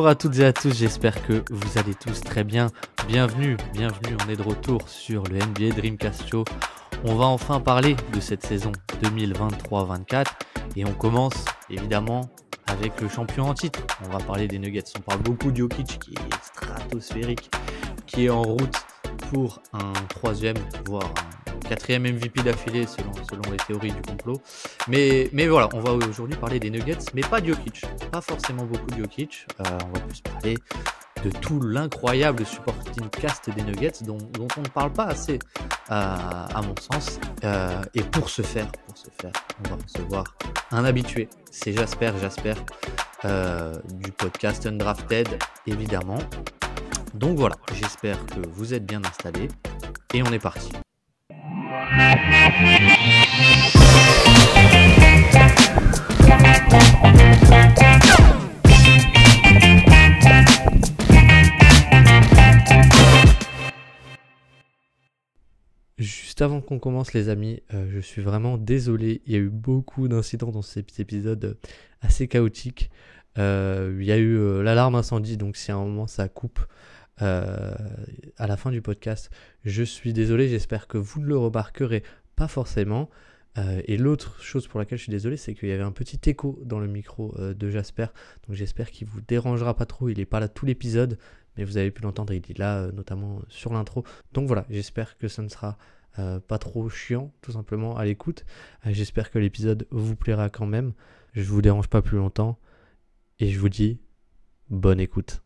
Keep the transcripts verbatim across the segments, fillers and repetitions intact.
Bonjour à toutes et à tous, j'espère que vous allez tous très bien. Bienvenue, bienvenue, on est de retour sur le N B A Dreamcast Show. On va enfin parler de cette saison deux mille vingt-trois vingt-quatre et on commence évidemment avec le champion en titre. On va parler des Nuggets, on parle beaucoup de Jokic qui est stratosphérique, qui est en route pour un troisième, voire un quatrième M V P d'affilée selon, selon les théories du complot. Mais, mais voilà, on va aujourd'hui parler des Nuggets, mais pas de Jokic, pas forcément beaucoup de Jokic. Euh, on va plus parler de tout l'incroyable supporting cast des Nuggets dont, dont on ne parle pas assez à, à mon sens. Euh, et pour ce faire, pour ce faire, on va recevoir un habitué, c'est Jasper, Jasper euh, du podcast Undrafted évidemment. Donc voilà, j'espère que vous êtes bien installés et on est parti. Juste avant qu'on commence les amis, euh, je suis vraiment désolé, il y a eu beaucoup d'incidents dans cet épisode assez chaotique. Euh, il y a eu euh, l'alarme incendie, donc si à un moment ça coupe euh, à la fin du podcast, je suis désolé, j'espère que vous ne le remarquerez pas forcément. Euh, et l'autre chose pour laquelle je suis désolé, c'est qu'il y avait un petit écho dans le micro euh, de Jasper, donc j'espère qu'il vous dérangera pas trop, il n'est pas là tout l'épisode, mais vous avez pu l'entendre, il est là euh, notamment sur l'intro. Donc voilà, j'espère que ça ne sera euh, pas trop chiant, tout simplement, à l'écoute. Euh, j'espère que l'épisode vous plaira quand même. Je vous dérange pas plus longtemps. Et je vous dis, bonne écoute.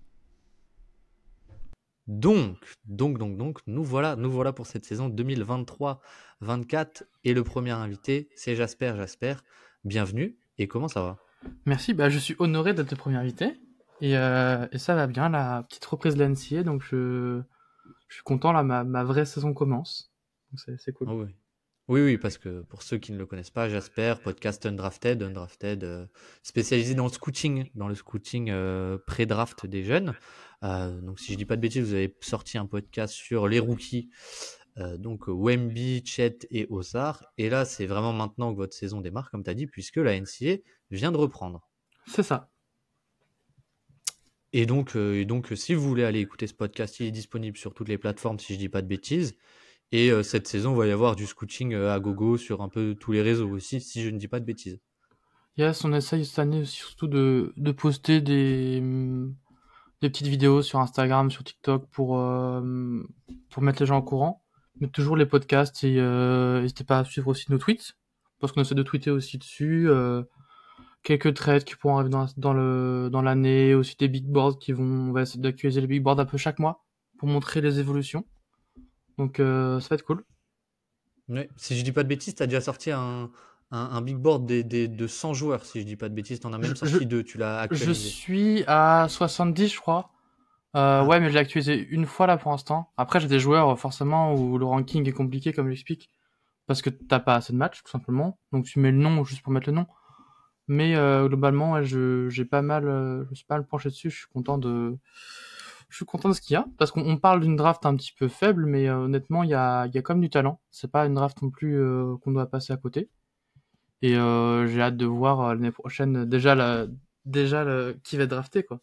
Donc, donc, donc, donc, nous voilà, nous voilà pour cette saison deux mille vingt-trois vingt-quatre. Et le premier invité, c'est Jasper. Jasper, bienvenue. Et comment ça va ? Merci, bah, je suis honoré d'être le premier invité. Et, euh, et ça va bien, la petite reprise de la N C A A, donc je, je suis content, là, ma, ma vraie saison commence. Donc c'est, c'est cool. Oh oui. Oui, oui, parce que pour ceux qui ne le connaissent pas, Jasper, podcast Undrafted, Undrafted euh, spécialisé dans le scouting, dans le scouting euh, pré-draft des jeunes. Euh, donc si je dis pas de bêtises, vous avez sorti un podcast sur les rookies, euh, donc Wemby, Chet et Osar. Et là, c'est vraiment maintenant que votre saison démarre, comme tu as dit, puisque la N C A A vient de reprendre. C'est ça. Et donc, euh, et donc, si vous voulez aller écouter ce podcast, il est disponible sur toutes les plateformes, si je dis pas de bêtises. Et euh, cette saison, il va y avoir du scouting euh, à gogo sur un peu tous les réseaux aussi, si je ne dis pas de bêtises. Yes, on essaye cette année aussi surtout de, de poster des, hum, des petites vidéos sur Instagram, sur TikTok pour, euh, pour mettre les gens au courant. Mais toujours les podcasts et euh, n'hésitez pas à suivre aussi nos tweets, parce qu'on essaie de tweeter aussi dessus. Euh, quelques trades qui pourront arriver dans, dans, le, dans l'année, aussi des big boards qui vont, on va essayer d'actualiser les big boards un peu chaque mois pour montrer les évolutions. Donc euh, ça va être cool. Ouais. Si je dis pas de bêtises, tu as déjà sorti un, un, un big board des, des, de cent joueurs, si je dis pas de bêtises. Tu en as même Je, sorti je, deux, tu l'as je actualisé. suis à soixante-dix, je crois. Euh, Ah. Ouais, mais je l'ai actualisé une fois là pour l'instant. Après, j'ai des joueurs forcément où le ranking est compliqué, comme j'explique, parce que t'as pas assez de matchs, tout simplement. Donc tu mets le nom juste pour mettre le nom. Mais euh, globalement, ouais, je j'ai pas mal, euh, je me suis pas mal penché dessus. Je suis content de, je suis content de ce qu'il y a, parce qu'on on parle d'une draft un petit peu faible, mais euh, honnêtement, il y a il y a quand même du talent. C'est pas une draft non plus euh, qu'on doit passer à côté. Et euh, j'ai hâte de voir euh, l'année prochaine déjà la, déjà le, qui va être drafté quoi.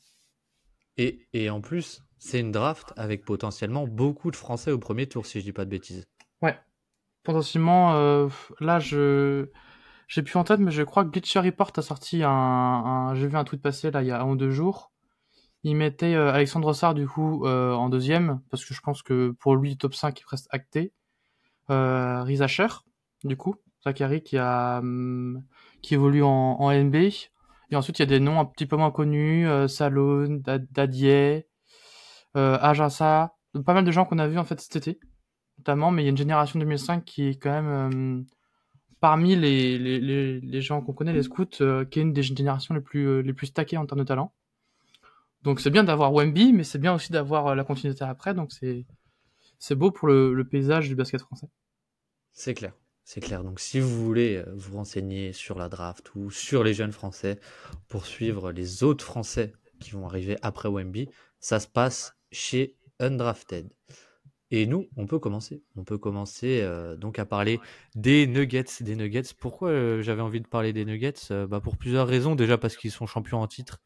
Et, et en plus, c'est une draft avec potentiellement beaucoup de Français au premier tour, si je dis pas de bêtises. Ouais, potentiellement, euh, là je j'ai plus en tête, mais je crois que Bleacher Report a sorti un, un j'ai vu un tweet passer là il y a un ou deux jours. Il mettait euh, Alexandre Rossard du coup euh, en deuxième, parce que je pense que pour lui top cinq est presque acté. Euh, Riz Asher, du coup, Zachary qui a hum, qui évolue en, en N B A. Et ensuite il y a des noms un petit peu moins connus, euh, Salone, Dadier, euh, Ajasa, pas mal de gens qu'on a vus en fait cet été, notamment, mais il y a une génération deux mille cinq qui est quand même euh, parmi les, les, les, les gens qu'on connaît, les scouts, euh, qui est une des générations les plus, euh, les plus stackées en termes de talent. Donc c'est bien d'avoir Wemby, mais c'est bien aussi d'avoir euh, la continuité après, donc c'est, c'est beau pour le, le paysage du basket français. C'est clair, c'est clair. Donc si vous voulez euh, vous renseigner sur la draft ou sur les jeunes Français pour suivre les autres Français qui vont arriver après Wemby, ça se passe chez Undrafted. Et nous, on peut commencer. On peut commencer euh, donc à parler des Nuggets, des Nuggets. Pourquoi euh, j'avais envie de parler des Nuggets ? Euh, bah, pour plusieurs raisons. Déjà parce qu'ils sont champions en titre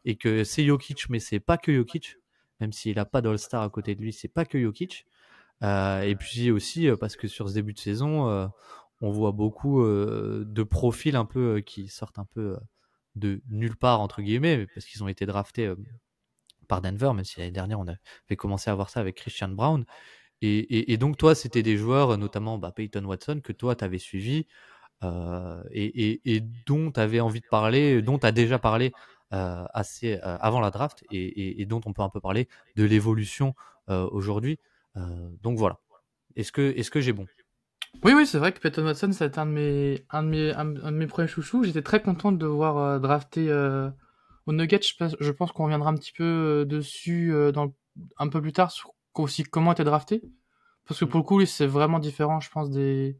et que c'est Jokic, mais c'est pas que Jokic, même s'il a pas d'All-Star à côté de lui, c'est pas que Jokic. Euh, et puis aussi euh, parce que sur ce début de saison, euh, on voit beaucoup euh, de profils un peu euh, qui sortent un peu euh, de nulle part entre guillemets, parce qu'ils ont été draftés euh, par Denver, même si l'année dernière on avait commencé à voir ça avec Christian Brown. Et, et, et donc toi, c'était des joueurs, notamment bah, Peyton Watson, que toi tu avais suivi euh, et, et, et dont tu avais envie de parler, dont tu as déjà parlé euh, assez euh, avant la draft et, et, et dont on peut un peu parler de l'évolution euh, aujourd'hui. Euh, donc voilà. Est-ce que, est-ce que j'ai bon? Oui, oui, c'est vrai que Peyton Watson, c'était un de mes, un de mes, un, un de mes premiers chouchous. J'étais très content de voir euh, drafter euh, au Nuggets. Je pense, je pense qu'on reviendra un petit peu euh, dessus euh, dans, le- un peu plus tard sur aussi comment était drafté. Parce que pour le coup, lui, c'est vraiment différent, je pense, des,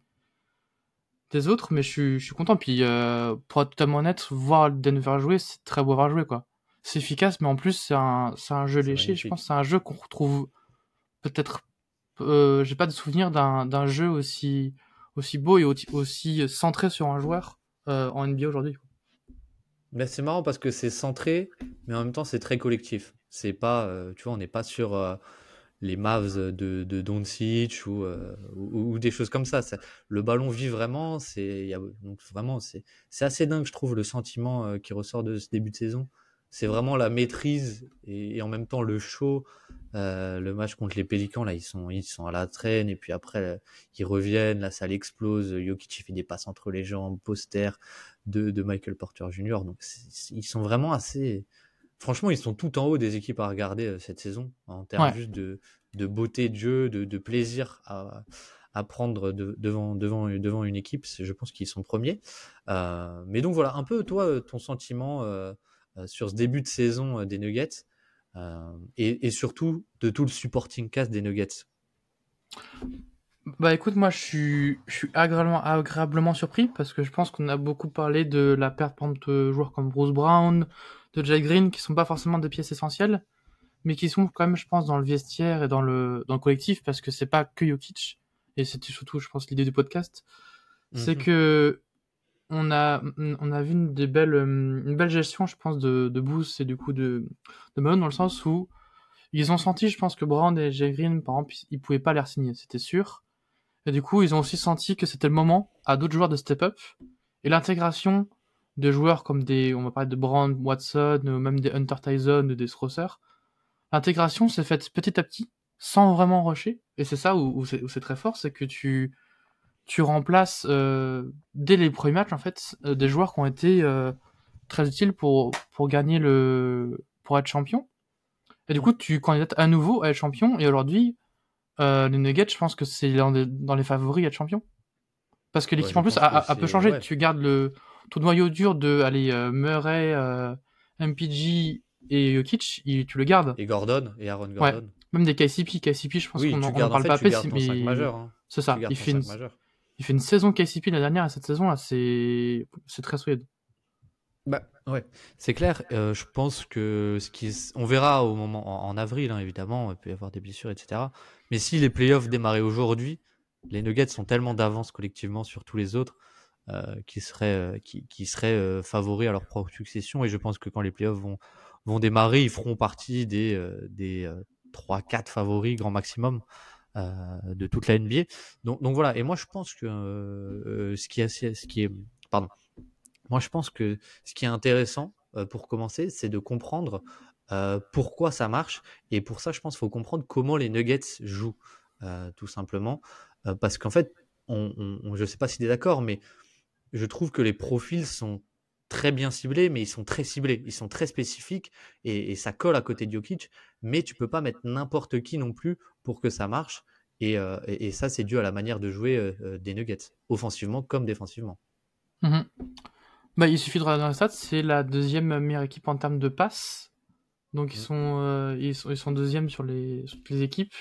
des autres. Mais je suis, je suis content. Puis, euh, pour être totalement honnête, voir Denver jouer, c'est très beau à voir jouer, quoi. C'est efficace, mais en plus, c'est un, c'est un jeu C'est léché. Je pense magnifique. que c'est un jeu qu'on retrouve peut-être euh, j'ai pas de souvenir d'un d'un jeu aussi aussi beau et aussi, aussi centré sur un joueur euh, en N B A aujourd'hui. Mais c'est marrant parce que c'est centré, mais en même temps c'est très collectif. C'est pas, euh, tu vois, on n'est pas sur euh, les Mavs de, de Doncic ou, euh, ou, ou des choses comme ça. Ça- le ballon vit vraiment. C'est, il y a, donc vraiment, c'est, c'est assez dingue, je trouve, le sentiment euh, qui ressort de ce début de saison. C'est vraiment la maîtrise et, et en même temps le show. Euh, le match contre les Pélicans, là, ils sont, ils sont à la traîne et puis après, euh, ils reviennent, la salle explose. Jokic il fait des passes entre les jambes, poster de, de Michael Porter Junior Donc, c'est- ils sont vraiment assez. Franchement, ils sont tout en haut des équipes à regarder euh, cette saison, en termes Ouais. juste de, de beauté de jeu, de, de plaisir à, à prendre de- devant, devant, devant une équipe. Je pense qu'ils sont premiers. Euh, mais donc voilà, un peu toi, euh, ton sentiment euh, euh, sur ce début de saison euh, des Nuggets euh, et, et surtout de tout le supporting cast des Nuggets. Bah écoute, moi je suis je suis agréablement agréablement surpris parce que je pense qu'on a beaucoup parlé de la perte par exemple, de joueurs comme Bruce Brown, de Jay Green qui sont pas forcément des pièces essentielles, mais qui sont quand même je pense dans le vestiaire et dans le dans le collectif parce que c'est pas que Jokic et c'était surtout je pense l'idée du podcast, c'est Mhm. que on a, on a vu une, des belles, euh, une belle gestion, je pense, de, de Booth et du coup de, de Malone, dans le sens où ils ont senti, je pense, que Brand et Jay Green, par exemple, ils pouvaient pas les signer, c'était sûr. Et du coup, ils ont aussi senti que c'était le moment à d'autres joueurs de step up. Et l'intégration de joueurs comme des, on va parler de Brand, Watson, ou même des Hunter Tyson ou des Strasser, l'intégration s'est faite petit à petit, sans vraiment rusher. Et c'est ça où, où c'est où c'est très fort, c'est que tu, tu remplaces euh, dès les premiers matchs en fait euh, des joueurs qui ont été euh, très utiles pour pour gagner le pour être champion. Et du coup, tu candidates à nouveau à être champion. Et aujourd'hui, euh, les Nuggets, je pense que c'est l'un des- dans les favoris à être champion. Parce que Ouais, l'équipe je en plus pense a, que a, a peu c'est. changé. Ouais. Tu gardes le ton noyau dur de allez euh, Murray, euh, M P G et Jokic, il- tu le gardes. Et Gordon, et Aaron Ouais. Gordon. Même des K C P, K C P, je pense Oui, qu'on en, tu on en gardes, en parle fait, pas tu assez, gardes ton cinq mais majeur. Hein. c'est Tu ça. gardes Il ton fait une, cinq majeur. il fait une saison K C P la dernière et cette saison là, c'est c'est très solide. Bah, ouais, c'est clair. Euh, je pense que ce qui, s- on verra au moment en, en avril, hein, évidemment, il peut y avoir des blessures, et cetera. Mais si les playoffs démarraient aujourd'hui, les Nuggets sont tellement d'avance collectivement sur tous les autres euh, qui seraient, euh, qui, qui seraient euh, favoris à leur propre succession. Et je pense que quand les playoffs vont, vont démarrer, ils feront partie des, euh, des euh, trois quatre favoris grand maximum euh, de toute la N B A. Donc, donc voilà. Et moi, je pense que euh, euh, ce qui est, assez- ce qui est, pardon. Moi, je pense que ce qui est intéressant euh, pour commencer, c'est de comprendre euh, pourquoi ça marche. Et pour ça, je pense qu'il faut comprendre comment les Nuggets jouent, euh, tout simplement. Euh, parce qu'en fait, on, on- on- je ne sais pas si tu es d'accord, mais je trouve que les profils sont très bien ciblés, mais ils sont très ciblés, ils sont très spécifiques et, et ça colle à côté de Jokic. Mais tu peux pas mettre n'importe qui non plus pour que ça marche. Et, euh, et- et ça, c'est dû à la manière de jouer euh, euh, des Nuggets, offensivement comme défensivement. Mhm. Bah, il suffit de regarder dans les stats, c'est la deuxième meilleure équipe en termes de passes. Donc ils Mm. sont, euh, ils sont, ils sont deuxièmes sur les, sur toutes les équipes.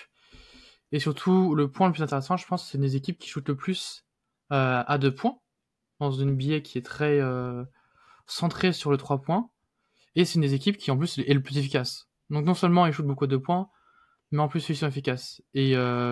Et surtout, le point le plus intéressant, je pense, c'est des équipes qui shootent le plus euh, à deux points, dans une billet qui est très euh, centrée sur le trois points. Et c'est une des équipes qui, en plus, est le plus efficace. Donc non seulement ils shootent beaucoup à deux points, mais en plus ils sont efficaces. Et,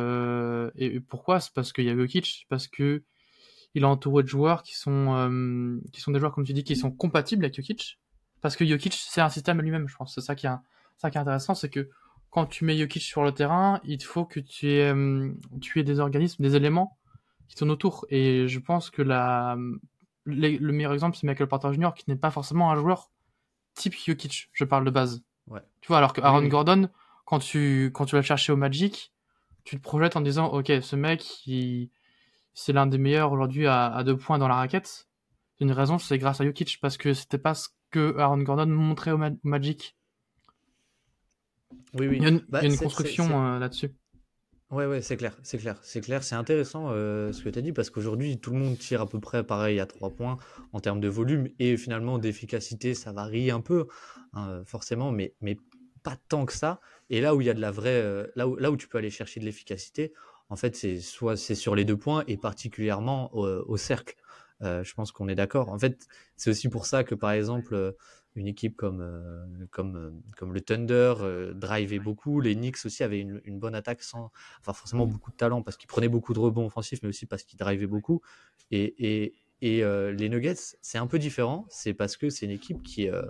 euh, et pourquoi? C'est parce qu'il y a Jokic, parce que il est entouré de joueurs qui sont, euh, qui sont des joueurs, comme tu dis, qui sont compatibles avec Jokic. Parce que Jokic, c'est un système lui-même, je pense. C'est ça qui est, ça qui est intéressant, c'est que quand tu mets Jokic sur le terrain, il faut que tu aies, euh, tu aies des organismes, des éléments qui tournent autour. Et je pense que la, les, le meilleur exemple, c'est Michael Porter junior, qui n'est pas forcément un joueur type Jokic, je parle de base. Ouais. Tu vois, alors que Oui, Aaron oui. Gordon, quand tu, quand tu vas le chercher au Magic, tu te projettes en disant, ok, ce mec, il, c'est l'un des meilleurs aujourd'hui à, à deux points dans la raquette. Une raison, c'est grâce à Jokic, parce que c'était pas ce que Aaron Gordon montrait au, Ma- au Magic. Oui, Il oui. y a une, Bah, il y a une c'est, c'est, construction c'est- euh, là-dessus. Ouais, ouais, c'est clair, c'est clair, c'est clair, c'est intéressant euh, ce que tu as dit parce qu'aujourd'hui tout le monde tire à peu près pareil à trois points en termes de volume et finalement d'efficacité ça varie un peu hein, forcément, mais, mais pas tant que ça. Et là où il y a de la vraie, euh, là où, là où tu peux aller chercher de l'efficacité, en fait c'est soit c'est sur les deux points et particulièrement au, au cercle. Euh, je pense qu'on est d'accord. En fait, c'est aussi pour ça que par exemple euh, une équipe comme, euh, comme, euh, comme le Thunder euh, drivait beaucoup, les Knicks aussi avaient une, une bonne attaque sans enfin forcément beaucoup de talent parce qu'il prenait beaucoup de rebonds offensifs, mais aussi parce qu'il drivait beaucoup. Et, et, et euh, les Nuggets, c'est un peu différent. C'est parce que c'est une équipe qui, euh,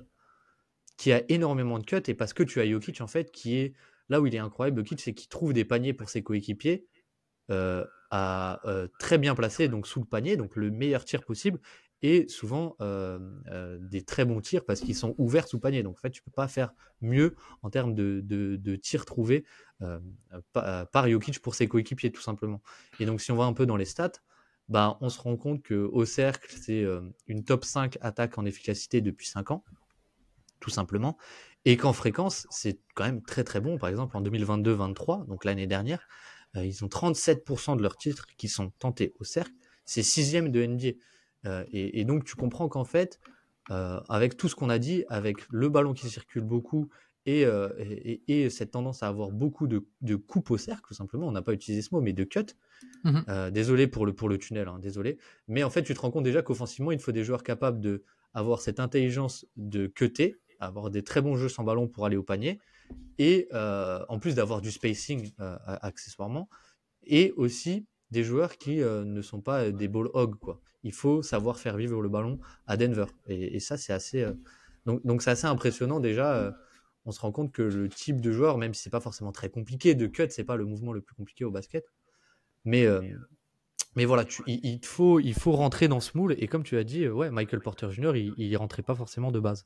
qui a énormément de cuts et parce que tu as Jokic en fait qui est là où il est incroyable. Jokic, c'est qu'il trouve des paniers pour ses coéquipiers euh, à euh, très bien placé, donc sous le panier, donc le meilleur tir possible. Et souvent euh, euh, des très bons tirs parce qu'ils sont ouverts sous panier. Donc en fait, tu peux pas faire mieux en termes de, de, de tirs trouvés euh, par, par Jokic pour ses coéquipiers, tout simplement. Et donc si on va un peu dans les stats, bah, on se rend compte qu'au cercle, c'est euh, une top cinq attaque en efficacité depuis cinq ans, tout simplement. Et qu'en fréquence, c'est quand même très très bon. Par exemple, en deux mille vingt-deux vingt-trois, donc l'année dernière, euh, ils ont trente-sept pour cent de leurs titres qui sont tentés au cercle. C'est sixième de N B A. Euh, et, et donc, tu comprends qu'en fait, euh, avec tout ce qu'on a dit, avec le ballon qui circule beaucoup et, euh, et, et cette tendance à avoir beaucoup de, de coupes au cercle, tout simplement, on n'a pas utilisé ce mot, mais de cuts. Mhm. Euh, désolé pour le, pour le tunnel, hein, désolé. Mais en fait, tu te rends compte déjà qu'offensivement, il faut des joueurs capables d'avoir cette intelligence de cutter, avoir des très bons jeux sans ballon pour aller au panier, et euh, en plus d'avoir du spacing euh, accessoirement, et aussi des joueurs qui euh, ne sont pas des ball hogs, quoi. Il faut savoir faire vivre le ballon à Denver. Et, et ça, c'est assez, euh, donc, donc c'est assez impressionnant déjà. Euh, on se rend compte que le type de joueur, même si c'est pas forcément très compliqué, de cut, c'est pas le mouvement le plus compliqué au basket. Mais, euh, mais voilà, tu, il, il, faut, il faut rentrer dans ce moule. Et comme tu as dit, ouais, Michael Porter junior, il, il rentrait pas forcément de base.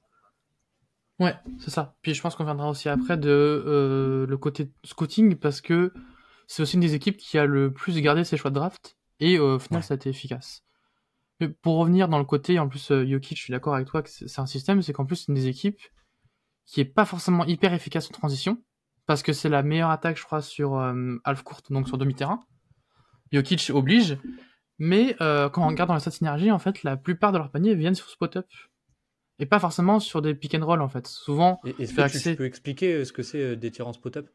Ouais, c'est ça. Puis je pense qu'on viendra aussi après de euh, le côté scouting, parce que c'est aussi une des équipes qui a le plus gardé ses choix de draft, et euh, au final, Ouais. ça a été efficace. Mais pour revenir dans le côté, en plus, euh, Jokic, je suis d'accord avec toi que c'est c'est un système, c'est qu'en plus, c'est une des équipes qui est pas forcément hyper efficace en transition, parce que c'est la meilleure attaque, je crois, sur euh, half court, donc sur demi-terrain. Jokic oblige, mais euh, quand on regarde dans la stat synergie, en fait, la plupart de leurs paniers viennent sur spot-up, et pas forcément sur des pick and roll, en fait. Souvent, Et, est-ce tu que as tu, tu accès... peux expliquer ce que c'est des tirs en spot-up?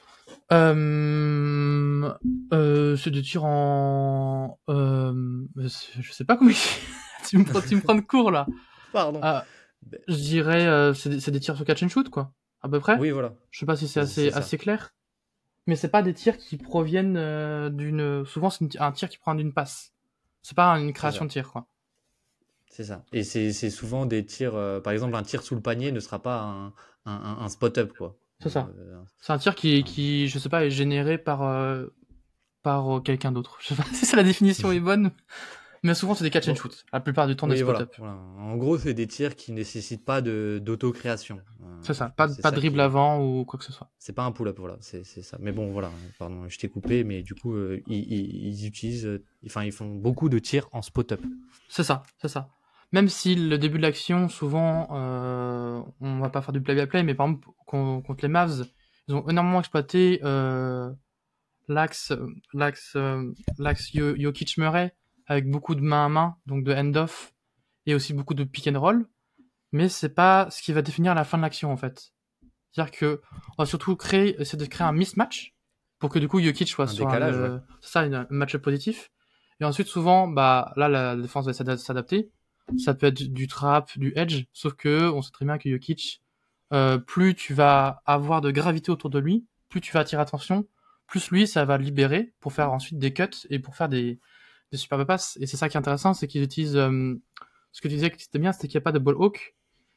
Euh, euh, c'est des tirs en... Euh, je sais pas comment... tu, me prends, tu me prends de court, là. Pardon. Ah, Ben, je dirais, euh, c'est des, c'est des tirs sur catch and shoot, quoi. À peu près. oui, voilà. Je sais pas si c'est C'est, assez, c'est ça. assez clair. Mais c'est pas des tirs qui proviennent euh, d'une... Souvent, c'est une- un tir qui provient d'une passe. C'est pas une C'est création ça. de tir, quoi. C'est ça. Et c'est, c'est souvent des tirs. euh, par exemple, un tir sous le panier ne sera pas un, un, un- un spot-up, quoi. C'est ça. Euh, C'est un tir qui, un- qui, je sais pas, est généré par, euh, par euh, quelqu'un d'autre. Je sais pas si la définition est bonne, mais souvent c'est des catch and Bon, shoot. La plupart du temps, des oui, voilà, spot-up. voilà. En gros, c'est des tirs qui nécessitent pas de, d'autocréation. Euh, C'est ça. je Pas, pense de- que c'est pas de ça qui dribble est. avant ou quoi que ce soit. C'est pas un pull-up, voilà. C'est, c'est ça. Mais bon, voilà. Pardon, je t'ai coupé, mais du coup, euh, ils, ils, ils utilisent. euh, Enfin, ils font beaucoup de tirs en spot-up. C'est ça, c'est ça. Même si le début de l'action, souvent, euh, on va pas faire du play-by-play, mais par exemple, con- contre les Mavs, ils ont énormément exploité euh, l'axe, l'axe, euh, l'axe Yo- Jokic-Murray avec beaucoup de main à main, donc de hand-off, et aussi beaucoup de pick and roll. Mais c'est pas ce qui va définir la fin de l'action, en fait. C'est-à-dire que on va surtout créer, essayer de créer un mismatch pour que du coup Jokic soit Un sur un, décalage, ouais. euh, c'est ça, un match positif. Et ensuite, souvent, bah là, la défense va s'ada- s'adapter. Ça peut être du trap, du edge, sauf que on sait très bien que Jokic, euh, plus tu vas avoir de gravité autour de lui, plus tu vas attirer attention, plus lui, ça va le libérer pour faire ensuite des cuts et pour faire des, des superbes passes. Et c'est ça qui est intéressant, c'est qu'ils utilisent, euh, ce que tu disais que c'était bien, c'était qu'il n'y a pas de ball hawk,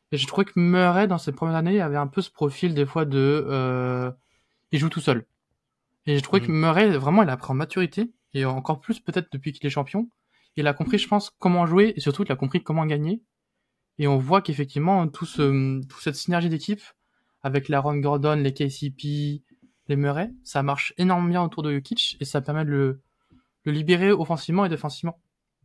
Et j'ai trouvé que Murray, dans ses premières années, avait un peu ce profil des fois de... Euh, il joue tout seul. Et j'ai trouvé que Mhm. Murray, vraiment, il a pris en maturité, et encore plus peut-être depuis qu'il est champion. Il a compris, je pense, comment jouer, et surtout, il a compris comment gagner. Et on voit qu'effectivement, tout ce, toute cette synergie d'équipe, avec l'Aaron Gordon, les K C P, les Murray, ça marche énormément bien autour de Jokic, et ça permet de le, le libérer offensivement et défensivement.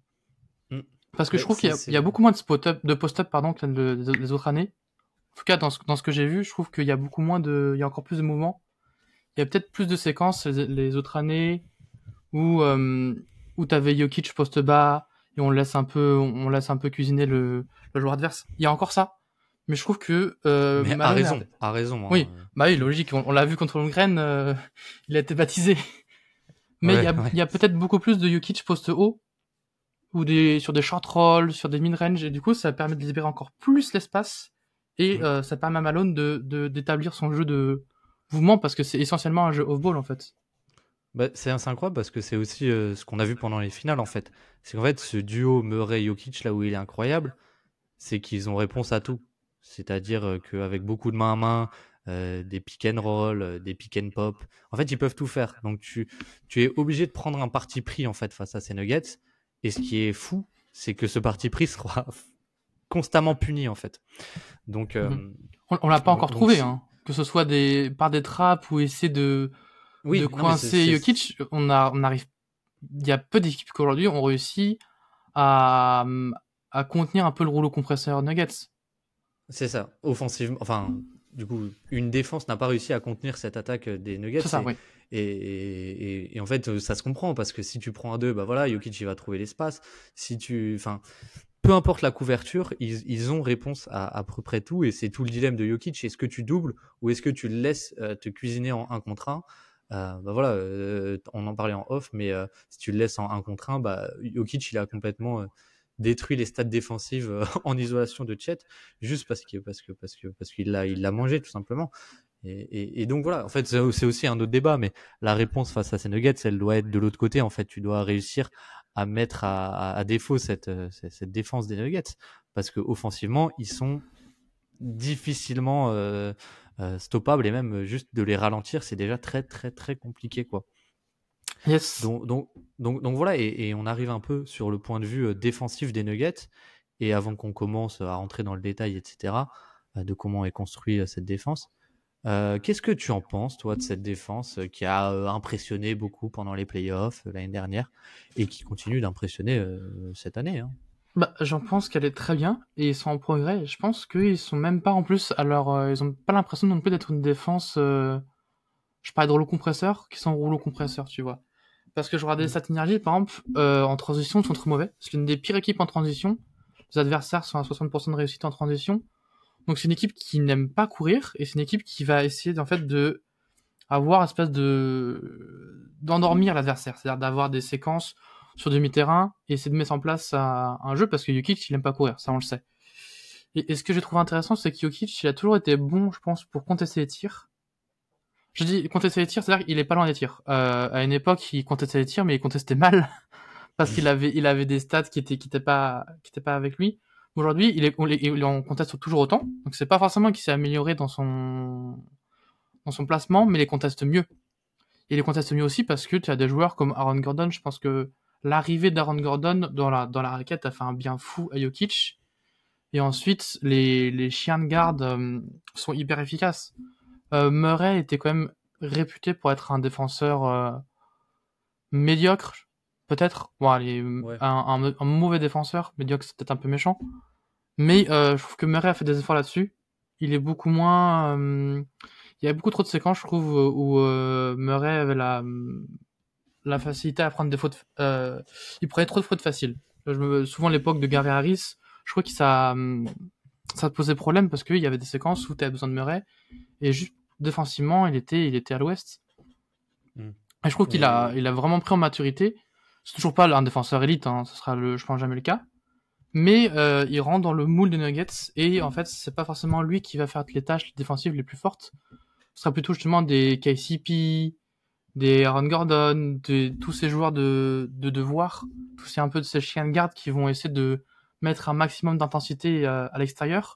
Mm. Parce que je Ouais, trouve qu'il c'est, y a, il y c'est... a beaucoup moins de spot-up, de post-up, pardon, que le- les les autres années. En tout cas, dans ce, dans ce que j'ai vu, je trouve qu'il y a beaucoup moins de, il y a encore plus de mouvements. Il y a peut-être plus de séquences les, les autres années où, euh, où t'avais Jokic poste bas et on laisse un peu, on laisse un peu cuisiner le, le joueur adverse. Il y a encore ça. Mais je trouve que, euh, Mais à Malone a, raison, à raison. oui, Hein. bah oui, logique, on, on l'a vu contre Holmgren, euh, il a été baptisé. Mais il y Ouais, a, ouais. il y a peut-être beaucoup plus de Jokic poste haut ou des, sur des short rolls, sur des mid-range, et du coup, ça permet de libérer encore plus l'espace, et Mm. euh, ça permet à Malone de, de, d'établir son jeu de mouvement, parce que c'est essentiellement un jeu off-ball, en fait. Bah, c'est c'est incroyable parce que c'est aussi euh, ce qu'on a vu pendant les finales en fait. C'est qu'en fait, ce duo Murray-Jokic, là où il est incroyable, c'est qu'ils ont réponse à tout. C'est-à-dire euh, qu'avec beaucoup de main à main, euh, des pick and roll, euh, des pick and pop, en fait, ils peuvent tout faire. Donc, tu, tu es obligé de prendre un parti pris en fait face à ces Nuggets. Et ce qui est fou, c'est que ce parti pris sera constamment puni en fait. Donc, Mhm. euh, On, on l'a pas donc, encore donc trouvé, si- hein. Que ce soit des, par des traps ou essayer de, de oui, non mais c'est, coincer c'est, Jokic, on, a, on arrive. Il y a peu d'équipes qui aujourd'hui ont réussi à, à contenir un peu le rouleau compresseur Nuggets. c'est ça. Offensivement, enfin, du coup, une défense n'a pas réussi à contenir cette attaque euh, des Nuggets. C'est ça, Et, oui. et, et, et en fait, euh, ça se comprend parce que si tu prends un deux, bah voilà, Jokic il va trouver l'espace. Si tu, enfin, peu importe la couverture, ils, ils ont réponse à à peu près tout. Et c'est tout le dilemme de Jokic. Est-ce que tu doubles ou est-ce que tu le laisses euh, te cuisiner en un contre un? Euh, bah voilà, euh, on en parlait en off, mais euh, si tu le laisses en un contre un, bah, Jokic il a complètement euh, détruit les stats défensives euh, en isolation de Chet, juste parce que parce que parce que parce qu'il l'a il l'a mangé tout simplement. Et, et, et donc voilà, en fait c'est c'est aussi un autre débat, mais la réponse face à ces Nuggets, elle doit être de l'autre côté. En fait, tu dois réussir à mettre à, à, à défaut cette, euh, cette cette défense des Nuggets, parce que offensivement ils sont difficilement euh, euh, stoppables, et même juste de les ralentir, c'est déjà très très très compliqué quoi. Yes. Donc, donc, donc, donc voilà, et, et on arrive un peu sur le point de vue euh, défensif des Nuggets. Et avant qu'on commence à rentrer dans le détail, et cetera, euh, de comment est construite euh, cette défense, euh, qu'est-ce que tu en penses, toi, de cette défense euh, qui a euh, impressionné beaucoup pendant les playoffs euh, l'année dernière et qui continue d'impressionner euh, cette année hein. Bah, j'en pense qu'elle est très bien et ils sont en progrès. Je pense qu'ils sont même pas en plus. Alors, euh, ils ont pas l'impression non plus d'être une défense. Euh, je parlais de rouleau compresseur, qui sont rouleau compresseur, tu vois. Parce que je regardais les Mm. stats énergie, par exemple, euh, en transition, ils sont très mauvais. C'est l'une des pires équipes en transition. Les adversaires sont à soixante pour cent de réussite en transition. Donc c'est une équipe qui n'aime pas courir et c'est une équipe qui va essayer en fait de avoir une espèce de d'endormir l'adversaire, c'est-à-dire d'avoir des séquences sur demi-terrain et essayer de mettre en place un, un jeu parce que Jokic il aime pas courir, ça on le sait. Et, et ce que j'ai trouvé intéressant, c'est que Jokic il a toujours été bon, je pense, pour contester les tirs. Je dis contester les tirs, c'est-à-dire qu'il est pas loin des tirs. Euh, à une époque, il contestait les tirs, mais il contestait mal parce qu'il avait, il avait des stats qui étaient, qui étaient pas, qui étaient pas avec lui. Aujourd'hui, il est, on, il en conteste toujours autant. Donc c'est pas forcément qu'il s'est amélioré dans son, dans son placement, mais il les conteste mieux. Et il les conteste mieux aussi parce que tu as des joueurs comme Aaron Gordon. Je pense que l'arrivée d'Aaron Gordon dans la, dans la raquette a fait un bien fou à Jokic. Et ensuite, les, les chiens de garde euh, sont hyper efficaces. Euh, Murray était quand même réputé pour être un défenseur euh, médiocre, peut-être. Bon, allez, Ouais. un, un, un mauvais défenseur, médiocre, c'est peut-être un peu méchant. Mais euh, je trouve que Murray a fait des efforts là-dessus. Il est beaucoup moins. Euh, il y a beaucoup trop de séquences, je trouve, où euh, Murray avait la, la facilité à prendre des fautes. Euh, il prenait trop de fautes faciles. Je me, souvent, à l'époque de Gary Harris, je crois que ça, ça posait problème parce qu'il y avait des séquences où tu avais besoin de Murray et juste défensivement, il était, il était à l'ouest. Mm. Et je trouve qu'il a, Et... il a vraiment pris en maturité. C'est toujours pas un défenseur élite, hein, ce sera le, je pense jamais le cas. Mais euh, il rentre dans le moule des Nuggets et en fait c'est pas forcément lui qui va faire les tâches défensives les plus fortes. Ce sera plutôt justement des K C P, des Aaron Gordon, de tous ces joueurs de, de devoir, tous ces un peu de ces chiens de garde qui vont essayer de mettre un maximum d'intensité euh, à l'extérieur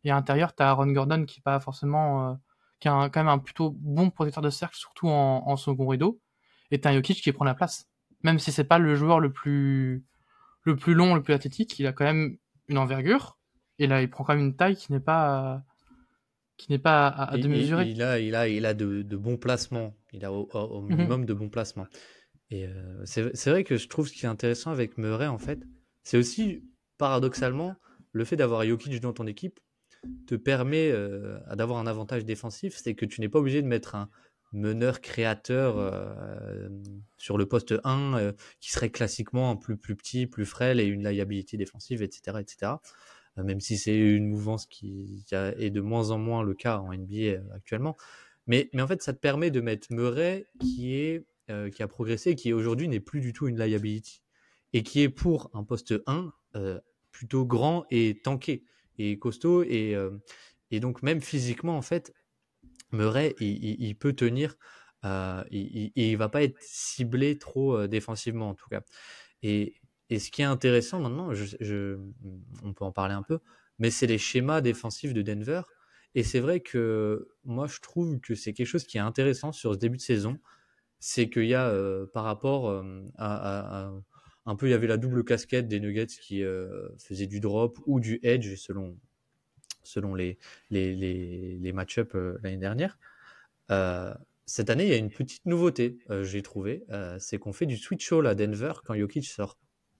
Et à l'intérieur, tu as Aaron Gordon qui est pas forcément, euh, qui est un- quand même un plutôt bon protecteur de cercle, surtout en, en second rideau. Et t'as un Jokic qui prend la place. Même si c'est pas le joueur le plus, le plus long, le plus athlétique, il a quand même une envergure. Et là, il prend quand même une taille qui n'est pas, qui n'est pas à, à Et, et- démesurer. il a, il a, il a de, de bons placements. Il a au, au- au Mhm. minimum de bons placements. Et euh, c'est c'est vrai que je trouve ce qui est intéressant avec Murray, en fait, c'est aussi, paradoxalement, le fait d'avoir Jokic dans ton équipe te permet euh, d'avoir un avantage défensif, c'est que tu n'es pas obligé de mettre un meneur créateur euh, sur le poste un euh, qui serait classiquement un plus, plus petit, plus frêle et une liability défensive, et cetera, et cetera. Euh, même si c'est une mouvance qui, qui a- est de moins en moins le cas en N B A euh, actuellement. Mais, mais en fait, ça te permet de mettre Murray qui, est, euh, qui a progressé, qui aujourd'hui n'est plus du tout une liability. Et qui est pour un poste un euh, plutôt grand et tanké et costaud. Et, euh, et donc, même physiquement, en fait, Murray, il, il, il peut tenir. Euh, il, il, il va pas être ciblé trop euh, défensivement, en tout cas. Et, et ce qui est intéressant maintenant, je, je, on peut en parler un peu, mais c'est les schémas défensifs de Denver. Et c'est vrai que moi, je trouve que c'est quelque chose qui est intéressant sur ce début de saison. C'est qu'il y a, euh, par rapport euh, à, à- à- un peu, il y avait la double casquette des Nuggets qui euh, faisaient du drop ou du edge selon, selon les, les, les, les match-ups euh, l'année dernière. Euh, cette année, il y a une petite nouveauté, euh, j'ai trouvé, euh, c'est qu'on fait du switch all à Denver quand Jokic sort.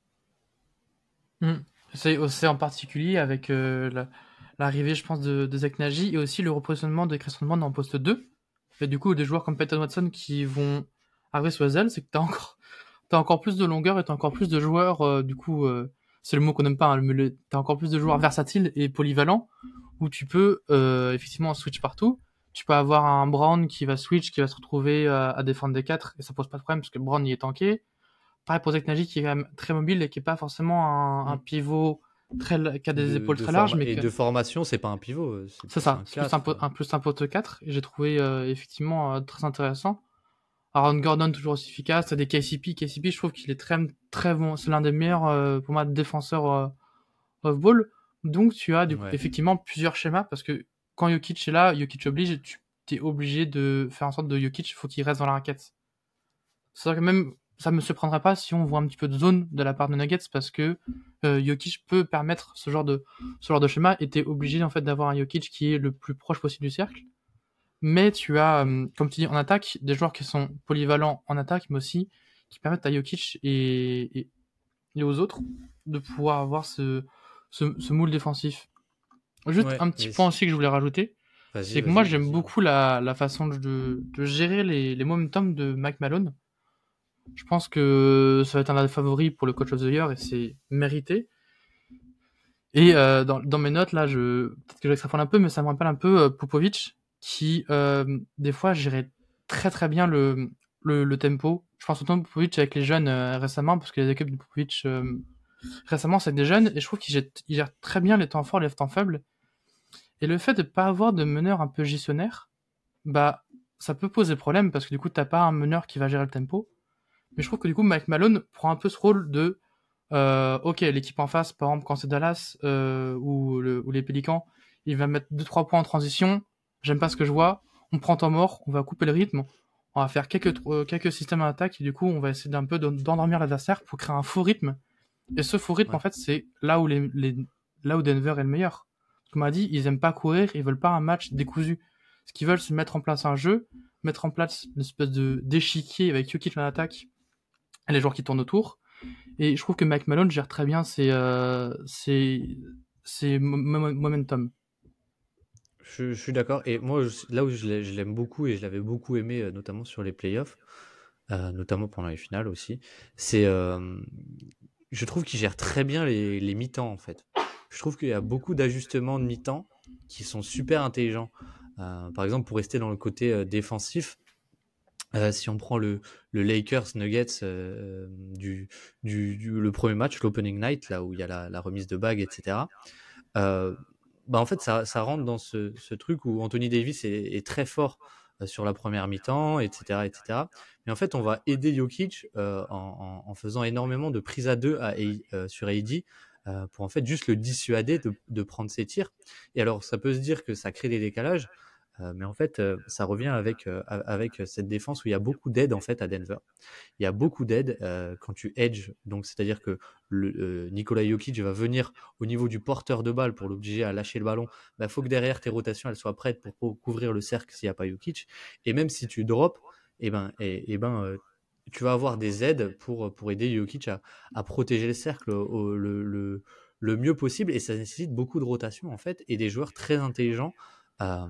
Mhm. C'est c'est en particulier avec euh, la- l'arrivée, je pense, de, de Zach Nagy et aussi le repositionnement de Chris Rodman en poste deux. Et du coup, des joueurs comme Peyton Watson qui vont arriver sur les ailes, c'est que t'as encore, t'as encore plus de longueur et t'as encore plus de joueurs, euh, du coup, euh, c'est le mot qu'on n'aime pas, hein, mais le- t'as encore plus de joueurs versatiles et polyvalents où tu peux euh, effectivement switch partout. Tu peux avoir un Brown qui va switch, qui va se retrouver euh, à défendre des quatre et ça pose pas de problème parce que Brown y est tanké. Pareil pour Zach Nagy qui est quand même très mobile et qui est pas forcément un, un Mm. pivot très, qui a des De, épaules de très larges, forma- mais et que, de formation, c'est pas un pivot, euh, c'est c'est plus ça, un c'est plus un, quatre. po- euh. un plus un poste quatre et j'ai trouvé euh, effectivement euh, très intéressant. Aaron Gordon toujours aussi efficace, t'as des K C P, K C P je trouve qu'il est très très bon, c'est l'un des meilleurs euh, pour moi défenseurs euh, off-ball. Donc tu as du coup Ouais. effectivement plusieurs schémas parce que quand Jokic est là, Jokic oblige, tu es obligé de faire en sorte de Jokic, il faut qu'il reste dans la raquette. C'est vrai que même ça me surprendrait pas si on voit un petit peu de zone de la part de Nuggets parce que euh, Jokic peut permettre ce genre de ce genre de schéma et t'es obligé en fait d'avoir un Jokic qui est le plus proche possible du cercle. Mais tu as, euh, comme tu dis, en attaque, des joueurs qui sont polyvalents en attaque, mais aussi qui permettent à Jokic et, et, et aux autres de pouvoir avoir ce, ce, ce moule défensif. Juste Ouais, un petit mais point c- aussi que je voulais rajouter, vas-y, c'est que moi vas-y, j'aime vas-y. beaucoup la, la façon de, de gérer les, les momentum de Mike Malone. Je pense que ça va être un des favoris pour le Coach of the Year et c'est mérité. Et euh, dans, dans mes notes, là, je peut-être que j'extrapole un peu, mais ça me rappelle un peu euh, Popovic, qui euh, des fois gérait très très bien le, le, le tempo. Je pense autant Popovic avec les jeunes euh, récemment, parce que les équipes de Popovic euh, récemment c'est des jeunes, et je trouve qu'il gère, il gère très bien les temps forts, les temps faibles. Et le fait de pas avoir de meneur un peu gestionnaire, bah ça peut poser problème, parce que du coup t'as pas un meneur qui va gérer le tempo. Mais je trouve que du coup Mike Malone prend un peu ce rôle de euh, ok, l'équipe en face, par exemple, quand c'est Dallas euh, ou, le, ou les Pélicans, il va mettre deux trois points en transition. J'aime pas ce que je vois. On prend temps mort, on va couper le rythme, on va faire quelques euh, quelques systèmes à attaque et du coup, on va essayer d'un peu d'endormir l'adversaire pour créer un faux rythme. Et ce faux rythme, en Ouais. fait, c'est là où les, les là où Denver est le meilleur. Comme on m'a dit, ils aiment pas courir, ils veulent pas un match décousu. Ce qu'ils veulent, c'est mettre en place un jeu, mettre en place une espèce de d'échiquier avec Jokic en attaque et les joueurs qui tournent autour. Et je trouve que Mike Malone gère très bien ses, euh, ses, ses momentum. Je, je suis d'accord. Et moi, je- là où je l'ai- je l'aime beaucoup et je l'avais beaucoup aimé, euh, notamment sur les playoffs, euh, notamment pendant les finales aussi, c'est, euh, je trouve qu'il gère très bien les, les mi-temps en fait. Je trouve qu'il y a beaucoup d'ajustements de mi-temps qui sont super intelligents. Euh, par exemple, pour rester dans le côté euh, défensif, euh, si on prend le, le Lakers Nuggets euh, du, du, du- le premier match, l'opening night, là où il y a la, la remise de bague, et cetera. Euh, bah en fait, ça, ça rentre dans ce, ce truc où Anthony Davis est, est très fort euh, sur la première mi-temps, et cetera, et cetera. Mais en fait, on va aider Jokic euh, en, en, en faisant énormément de prises à deux à, A- euh, sur A D euh, pour en fait juste le dissuader de, de prendre ses tirs. Et alors, ça peut se dire que ça crée des décalages, euh, mais en fait, euh, ça revient avec, euh, avec cette défense où il y a beaucoup d'aide en fait à Denver. Il y a beaucoup d'aide euh, quand tu edge, donc c'est-à-dire que le, euh, Nikola Jokic va venir au niveau du porteur de balle pour l'obliger à lâcher le ballon. Il bah, faut que derrière tes rotations elles soient prêtes pour, pour couvrir le cercle s'il n'y a pas Jokic. Et même si tu drops, et eh ben, et, et ben, euh, tu vas avoir des aides pour, pour aider Jokic à, à protéger le cercle au, le, le, le mieux possible. Et ça nécessite beaucoup de rotation en fait et des joueurs très intelligents. Euh,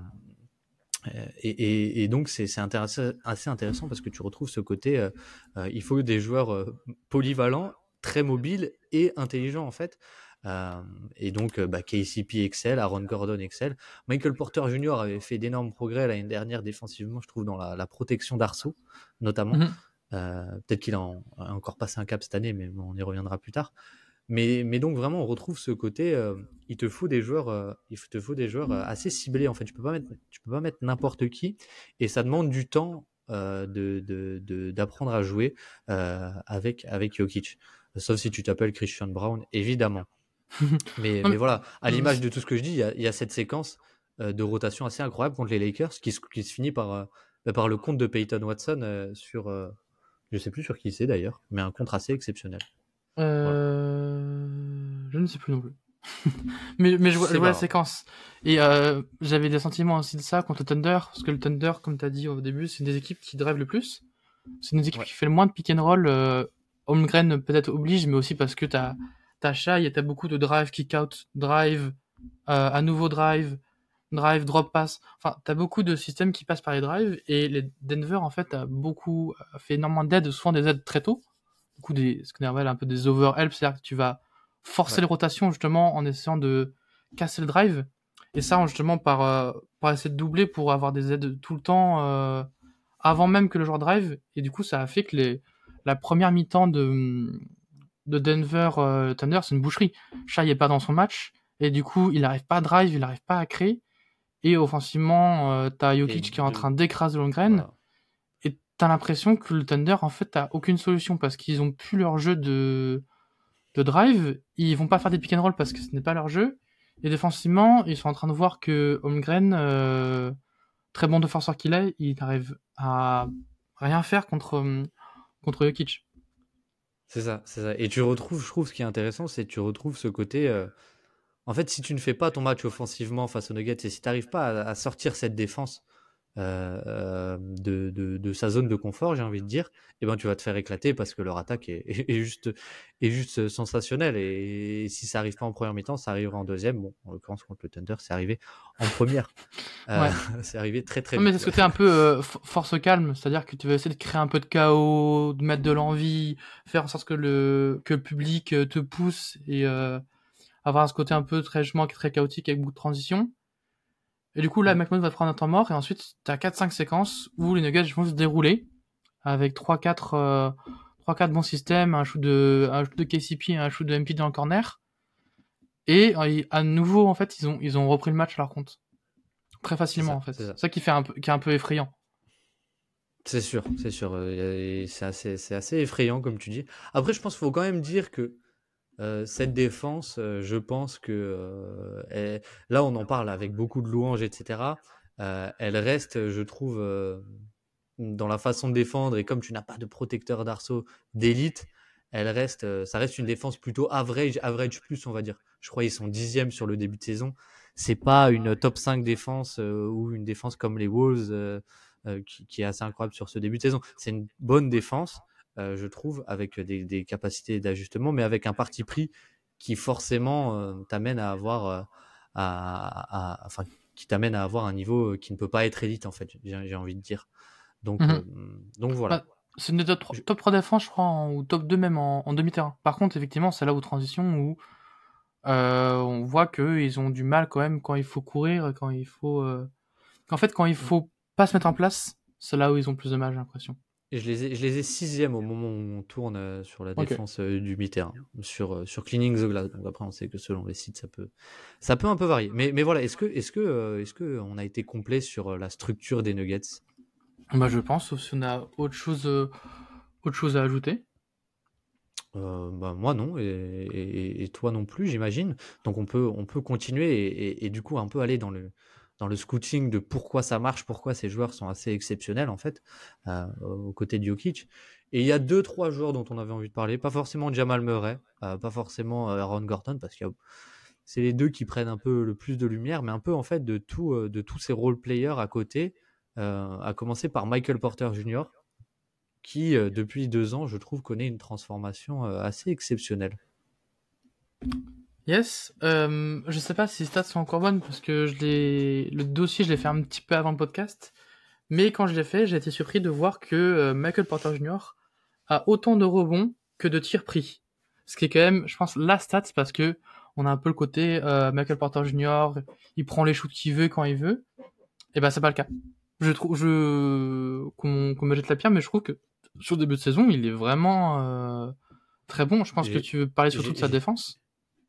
Et, et, et donc c'est, c'est intéressant, assez intéressant parce que tu retrouves ce côté, euh, euh, il faut des joueurs euh, polyvalents, très mobiles et intelligents en fait. Euh, et donc euh, bah, K C P excelle, Aaron Gordon excelle. Michael Porter Junior avait fait d'énormes progrès l'année dernière défensivement, je trouve, dans la, la protection d'Arceau notamment. Mhm. Euh, peut-être qu'il a, en, a encore passé un cap cette année, mais bon, on y reviendra plus tard. Mais, mais donc vraiment, on retrouve ce côté, euh, il te faut des joueurs, euh, il te faut des joueurs euh, assez ciblés en fait. Tu peux pas mettre, tu peux pas mettre n'importe qui, et ça demande du temps euh, de, de, de, d'apprendre à jouer euh, avec avec Jokic. Sauf si tu t'appelles Christian Brown, évidemment. Mais, Non, mais mais, voilà, à euh, l'image de tout ce que je dis, il y a, il y a cette séquence euh, de rotation assez incroyable contre les Lakers qui, se- qui se finit par, euh, bah, par le compte de Peyton Watson euh, sur, euh, je sais plus sur qui c'est d'ailleurs, mais un compte assez exceptionnel. Voilà. euh, je ne sais plus non plus. mais mais je vois, je C'est vois la pas grave. séquence. Et euh, j'avais des sentiments aussi de ça contre le Thunder, parce que le Thunder, comme tu as dit au début, c'est une des équipes qui drive le plus. C'est une des équipes Ouais. qui fait le moins de pick and roll. Euh, Holmgren peut-être oblige, mais aussi parce que t'as t'as Shai et t'as beaucoup de drive, kick out, drive, euh, à nouveau drive, drive, drop pass. Enfin, t'as beaucoup de systèmes qui passent par les drives, et les Denver en fait a beaucoup a fait énormément d'aides, souvent des aides très tôt. Du coup, des, ce qu'on appelle un peu des overhelp, c'est-à-dire que tu vas forcer Ouais. les rotations justement en essayant de casser le drive. Et ça, justement, par, euh, par essayer de doubler pour avoir des aides tout le temps euh, avant même que le joueur drive. Et du coup, ça a fait que les, la première mi-temps de, de Denver euh, Thunder, c'est une boucherie. Shai est pas dans son match. Et du coup, il n'arrive pas à drive, il n'arrive pas à créer. Et offensivement, euh, t'as Et Jokic qui est en de, train d'écraser Lundgren. voilà. Et t'as l'impression que le Thunder, en fait, t'as aucune solution parce qu'ils ont plus leur jeu de, de drive. Ils vont pas faire des pick and roll parce que ce n'est pas leur jeu. Et défensivement, ils sont en train de voir que Holmgren, euh, très bon défenseur qu'il est, il n'arrive à rien faire contre, euh, contre Jokic. C'est ça, c'est ça. Et tu retrouves, je trouve, ce qui est intéressant, c'est que tu retrouves ce côté. euh, En fait, si tu ne fais pas ton match offensivement face aux Nuggets et si tu n'arrives pas à, à sortir cette défense euh, euh, de, de, de sa zone de confort, j'ai envie de dire, eh ben, tu vas te faire éclater parce que leur attaque est, est, est juste, est juste sensationnelle. Et si ça n'arrive pas en première mi-temps, ça arrivera en deuxième. Bon, en l'occurrence, contre le Thunder, c'est arrivé en première. Euh, Ouais. c'est arrivé très très Non, mais vite. c'est ce côté un peu euh, f- force au calme, c'est-à-dire que tu vas essayer de créer un peu de chaos, de mettre de l'envie, faire en sorte que le, que le public euh, te pousse et euh, avoir ce côté un peu très, justement, très chaotique avec beaucoup de transition. Et du coup, là, Mm. McMahon va te prendre un temps mort, et ensuite, t'as quatre cinq séquences où les Nuggets vont se dérouler, avec trois quatre euh, trois quatre bons systèmes, un shoot de, un shoot de K C P et un shoot de M P dans le corner. Et euh, à nouveau, en fait, ils ont, ils ont repris le match à leur compte. Très C'est facilement, ça, en fait. c'est ça. C'est ça qui fait un peu, qui est un peu effrayant. C'est sûr, c'est sûr. euh, C'est assez, c'est assez effrayant, comme tu dis. Après, je pense qu'il faut quand même dire que euh, cette défense, euh, je pense que euh, elle- là, on en parle avec beaucoup de louanges, et cetera. Euh, elle reste, je trouve, euh, dans la façon de défendre, et comme tu n'as pas de protecteur d'arceau d'élite, elle reste, euh, ça reste une défense plutôt average, average plus, on va dire. Je crois qu'ils sont dixième sur le début de saison. C'est pas une top cinq défense euh, ou une défense comme les Wolves euh, euh, qui, qui est assez incroyable sur ce début de saison. C'est une bonne défense, euh, je trouve, avec des, des capacités d'ajustement, mais avec un parti pris qui forcément euh, t'amène à avoir, euh, à, à- enfin, qui t'amène à avoir un niveau qui ne peut pas être élite en fait. J'ai j'ai envie de dire. Donc, Mhm. euh, donc voilà. Bah, c'est une des top trois, Je- top trois défense, je crois, en- ou top deux même en, en demi-terrain. Par contre, effectivement, c'est là où transition où euh, on voit qu'eux, ils ont du mal quand même quand il faut courir, quand il faut... Euh... En fait, quand il faut pas se mettre en place, c'est là où ils ont le plus de mal, j'ai l'impression. Et je les ai, je les ai sixième au moment où on tourne euh, sur la Ok. défense euh, du mi-terrain, sur, euh, sur Cleaning the Glass. Donc après, on sait que selon les sites, ça peut, ça peut un peu varier. Mais, mais voilà, est-ce que, est-ce que, euh, est-ce que on a été complet sur euh, la structure des Nuggets? Bah, je pense, sauf si on a autre chose, euh, autre chose à ajouter. Euh, bah, moi non, et, et- et toi non plus, j'imagine. Donc on peut, on peut continuer et, et- et du coup un peu aller dans le, dans le scouting de pourquoi ça marche, pourquoi ces joueurs sont assez exceptionnels en fait, euh, aux côtés de Jokic. Et il y a deux, trois joueurs dont on avait envie de parler, pas forcément Jamal Murray, euh, pas forcément euh, Aaron Gordon, parce que c'est les deux qui prennent un peu le plus de lumière, mais un peu en fait de, tout, euh, de tous ces role players à côté, euh, à commencer par Michael Porter Junior, qui, euh, depuis deux ans, je trouve, connaît une transformation euh, assez exceptionnelle. Yes, euh, je sais pas si les stats sont encore bonnes parce que je l'ai, le dossier je l'ai fait un petit peu avant le podcast, mais quand je l'ai fait, j'ai été surpris de voir que euh, Michael Porter Junior a autant de rebonds que de tirs pris. Ce qui est quand même, je pense, la stat parce que on a un peu le côté euh, Michael Porter Junior, il prend les shoots qu'il veut quand il veut. Et ben c'est pas le cas. Je trouve, je qu'on qu'on me jette la pierre, mais je trouve que sur le début de saison, il est vraiment euh, très bon. Je pense que J'ai, tu veux parler surtout de j'ai, sa j'ai- défense.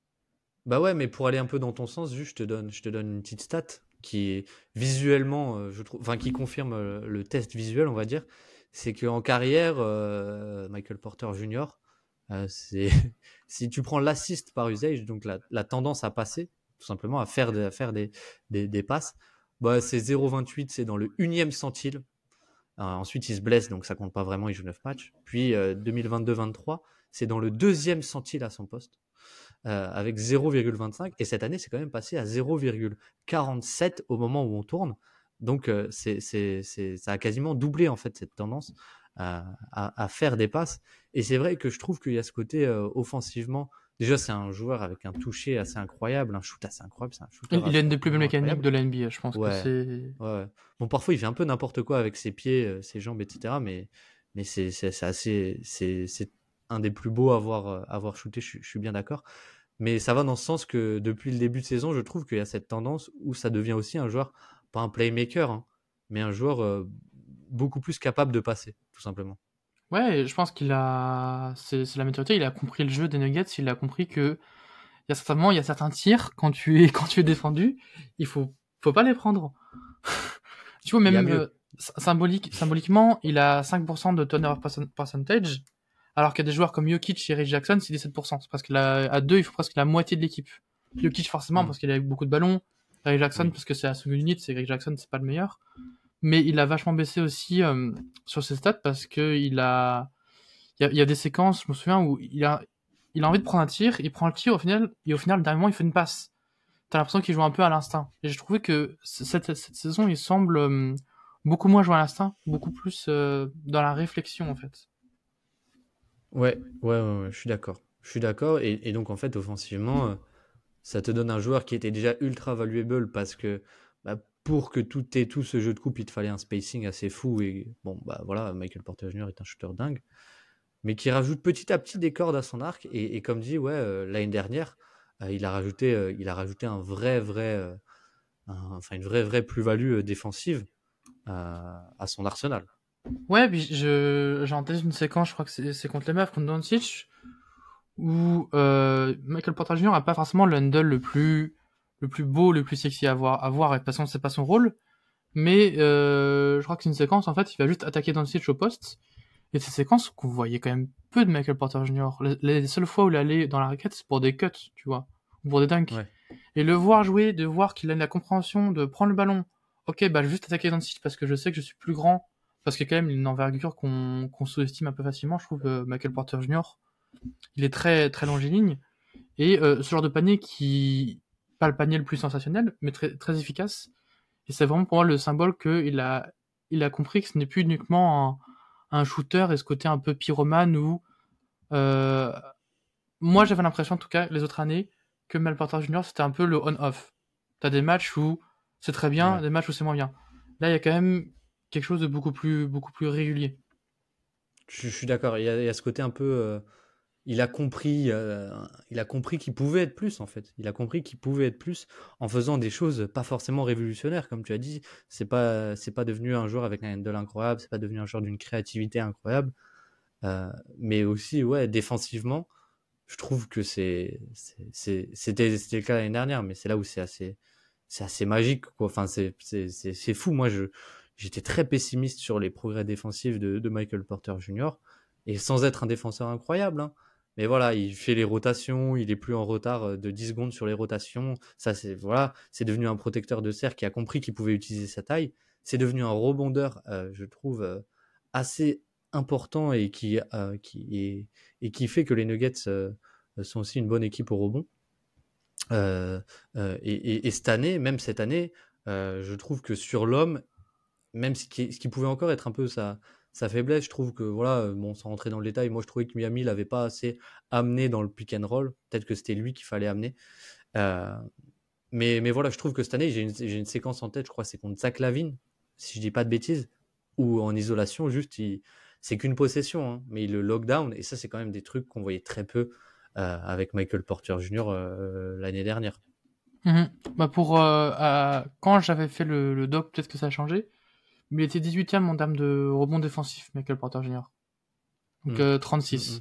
Bah ouais, mais pour aller un peu dans ton sens, juste, je te donne, je te donne une petite stat qui est visuellement, euh, je trouve, enfin qui confirme euh, le test visuel, on va dire. C'est qu'en carrière, euh, Michael Porter Junior, euh, c'est si tu prends l'assist par usage, donc la, la tendance à passer, tout simplement à faire des, à faire des, des, des passes, bah c'est zéro virgule vingt-huit, c'est dans le unième centile. Euh, ensuite, il se blesse, donc ça compte pas vraiment, il joue neuf matchs. Puis euh, deux mille vingt-deux vingt-trois, c'est dans le deuxième centile à son poste, euh, avec zéro virgule vingt-cinq. Et cette année, c'est quand même passé à zéro virgule quarante-sept au moment où on tourne. Donc, euh, c'est, c'est, c'est, ça a quasiment doublé en fait cette tendance à, à, à faire des passes. Et c'est vrai que je trouve qu'il y a ce côté euh, offensivement. Déjà, c'est un joueur avec un toucher assez incroyable, un shoot assez incroyable, c'est un shooter Il, il a une des plus belles absolument mécaniques incroyable. de la N B A. Je pense que Ouais, c'est. ouais, ouais. Bon, parfois, il fait un peu n'importe quoi avec ses pieds, euh, ses jambes, et cetera. Mais, mais c'est, c'est, c'est assez, c'est, c'est un des plus beaux à avoir, euh, à avoir shooté, je, je suis bien d'accord. Mais ça va dans ce sens que depuis le début de saison, je trouve qu'il y a cette tendance où ça devient aussi un joueur, pas un playmaker, hein, mais un joueur euh, beaucoup plus capable de passer, tout simplement. Ouais, je pense qu'il a. C'est c'est la maturité. Il a compris le jeu des Nuggets. Il a compris que il y a certainement il y a certains tirs quand tu es quand tu es défendu, il faut faut pas les prendre. Tu vois Il y a même euh, mieux. symbolique symboliquement, il a cinq pour cent de turnover percentage. Alors qu'il y a des joueurs comme Jokic et Reggie Jackson, c'est dix-sept pour cent. C'est parce qu'il a, à deux, il faut presque la moitié de l'équipe. Jokic, forcément, Mm, parce qu'il a eu beaucoup de ballons. Reggie Jackson, oui. parce que c'est la seconde unité, c'est Reggie Jackson, c'est pas le meilleur. Mais il a vachement baissé aussi euh, sur ses stats parce que il a, il y a, il y a des séquences, je me souviens, où il a, il a envie de prendre un tir, il prend le tir au final, et au final, dernièrement, il fait une passe. T'as l'impression qu'il joue un peu à l'instinct. Et je trouvais que cette, cette saison, il semble euh, beaucoup moins jouer à l'instinct, beaucoup plus euh, dans la réflexion, en fait. Ouais, ouais, ouais, ouais, je suis d'accord. Je suis d'accord. Et, et donc, en fait, offensivement, euh, ça te donne un joueur qui était déjà ultra valuable parce que bah, pour que tout ait tout ce jeu de coupe, il te fallait un spacing assez fou. Et bon, bah voilà, Michael Porter Junior est un shooter dingue, mais qui rajoute petit à petit des cordes à son arc. Et, et comme dit, ouais, euh, l'année dernière, euh, il a rajouté, euh, il a rajouté un vrai, vrai, euh, un- enfin une vraie, vraie plus-value euh, défensive euh, à son arsenal. Ouais, puis je, j'ai en tête une séquence, je crois que c'est, c'est contre les Mavs, contre Doncic, où euh, Michael Porter Junior a pas forcément le handle le plus, le plus beau, le plus sexy à voir, à voir, et de toute façon, c'est pas son rôle. Mais euh, je crois que c'est une séquence, en fait, il va juste attaquer Doncic au poste. Et c'est une séquence qu'on voyait quand même peu de Michael Porter Junior Les, les seules fois où il allait dans la raquette, c'est pour des cuts, tu vois, ou pour des dunks. Ouais, Et le voir jouer, de voir qu'il a la compréhension de prendre le ballon. Ok, bah je vais juste attaquer Doncic parce que je sais que je suis plus grand, parce que quand même il a une envergure qu'on qu'on sous-estime un peu facilement, je trouve, euh, Michael Porter Junior Il est très très longiligne et euh, ce genre de panier qui pas le panier le plus sensationnel, mais très très efficace. Et c'est vraiment pour moi le symbole que il a il a compris que ce n'est plus uniquement un, un shooter et ce côté un peu pyromane où euh, moi j'avais l'impression en tout cas les autres années que Mel Porter Junior c'était un peu le on-off. T'as des matchs où c'est très bien, ouais. des matchs où c'est moins bien. Là il y a quand même quelque chose de beaucoup plus beaucoup plus régulier. Je, je suis d'accord. Il y, a, il y a ce côté un peu. Euh, il a compris, euh, il a compris qu'il pouvait être plus en fait. Il a compris qu'il pouvait être plus en faisant des choses pas forcément révolutionnaires, comme tu as dit. C'est pas, c'est pas devenu un joueur avec un handle incroyable. C'est pas devenu un joueur d'une créativité incroyable. Euh, mais aussi, ouais, défensivement, je trouve que c'est, c'est, c'est- c'était, c'était le cas l'année dernière, mais c'est là où c'est assez, c'est assez magique, quoi. Enfin, c'est, c'est, c'est, c'est fou. Moi, je, j'étais très pessimiste sur les progrès défensifs de, de Michael Porter Junior Et sans être un défenseur incroyable, hein. Mais voilà, il fait les rotations, il est plus en retard de dix secondes sur les rotations. Ça, c'est voilà, c'est devenu un protecteur de cercle qui a compris qu'il pouvait utiliser sa taille. C'est devenu un rebondeur, euh, je trouve, euh, assez important et qui, euh, qui, est, et qui fait que les Nuggets euh, sont aussi une bonne équipe au rebond. Euh, euh, et, et, et cette année, même cette année, euh, je trouve que sur l'homme, même ce qui, ce qui pouvait encore être un peu sa, sa faiblesse, je trouve que, voilà, bon, sans rentrer dans le détail, moi je trouvais que Miami l'avait pas assez amené dans le pick and roll. Peut-être que c'était lui qu'il fallait amener. Euh, mais, mais voilà, je trouve que cette année, j'ai une, j'ai une séquence en tête, je crois, c'est contre Zach LaVine, si je dis pas de bêtises, ou en isolation, juste, il, c'est qu'une possession, hein, mais il le lockdown, et ça, c'est quand même des trucs qu'on voyait très peu euh, avec Michael Porter Junior euh, l'année dernière. Mhm. Bah pour euh, à- quand j'avais fait le, le doc, peut-être que ça a changé, mais il était dix-huitième en termes de rebond défensif, Michael Porter junior Donc Mm, euh, mm, mm. trente-six.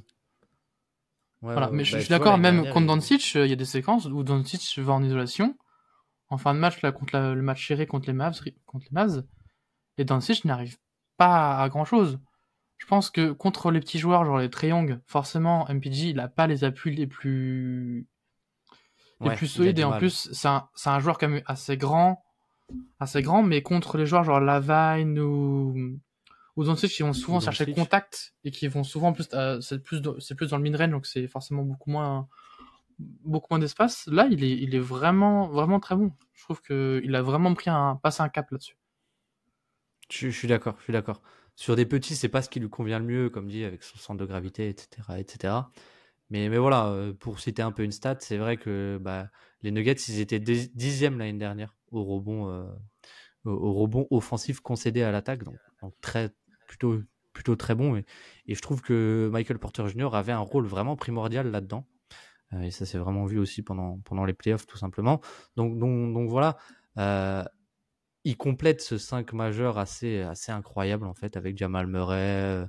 Ouais, Voilà, ouais, mais ouais. je, je Bah, suis tu vois, d'accord, l'année même dernière, contre il... Doncic, euh, il y a des séquences où Doncic va en isolation, en fin de match, là, contre la- le match serré contre les Mavs, contre les Mavs, et Doncic n'arrive pas à grand chose. Je pense que contre les petits joueurs, genre les Trae Young, forcément, M P G, il a pas les appuis les plus, les ouais, plus il a solides, et du en mal. plus, c'est un, c'est un joueur quand même assez grand, assez grand, mais contre les joueurs genre Lavine ou, ou Doncic qui vont Ou souvent chercher le Doncic. contact, et qui vont souvent plus, euh, c'est plus, dans- c'est plus dans le mid-range, donc c'est forcément beaucoup moins, beaucoup moins d'espace. Là, il est, il est vraiment, vraiment très bon. Je trouve que il a vraiment pris un, passé un cap là-dessus. Je, je suis d'accord, je suis d'accord. Sur des petits, c'est pas ce qui lui convient le mieux, comme dit, avec son centre de gravité, et cetera, et cetera. Mais, mais voilà, euh, pour citer un peu une stat, c'est vrai que bah, les Nuggets, ils étaient dix- dixième l'année dernière au rebond, euh, au, au rebond offensif concédé à l'attaque, donc, donc très, plutôt, plutôt très bon. Et, et je trouve que Michael Porter Junior avait un rôle vraiment primordial là-dedans. Euh, et ça s'est vraiment vu aussi pendant, pendant les playoffs, tout simplement. Donc, donc, donc voilà. Euh, il complète ce cinq majeur assez, assez incroyable en fait avec Jamal Murray, euh,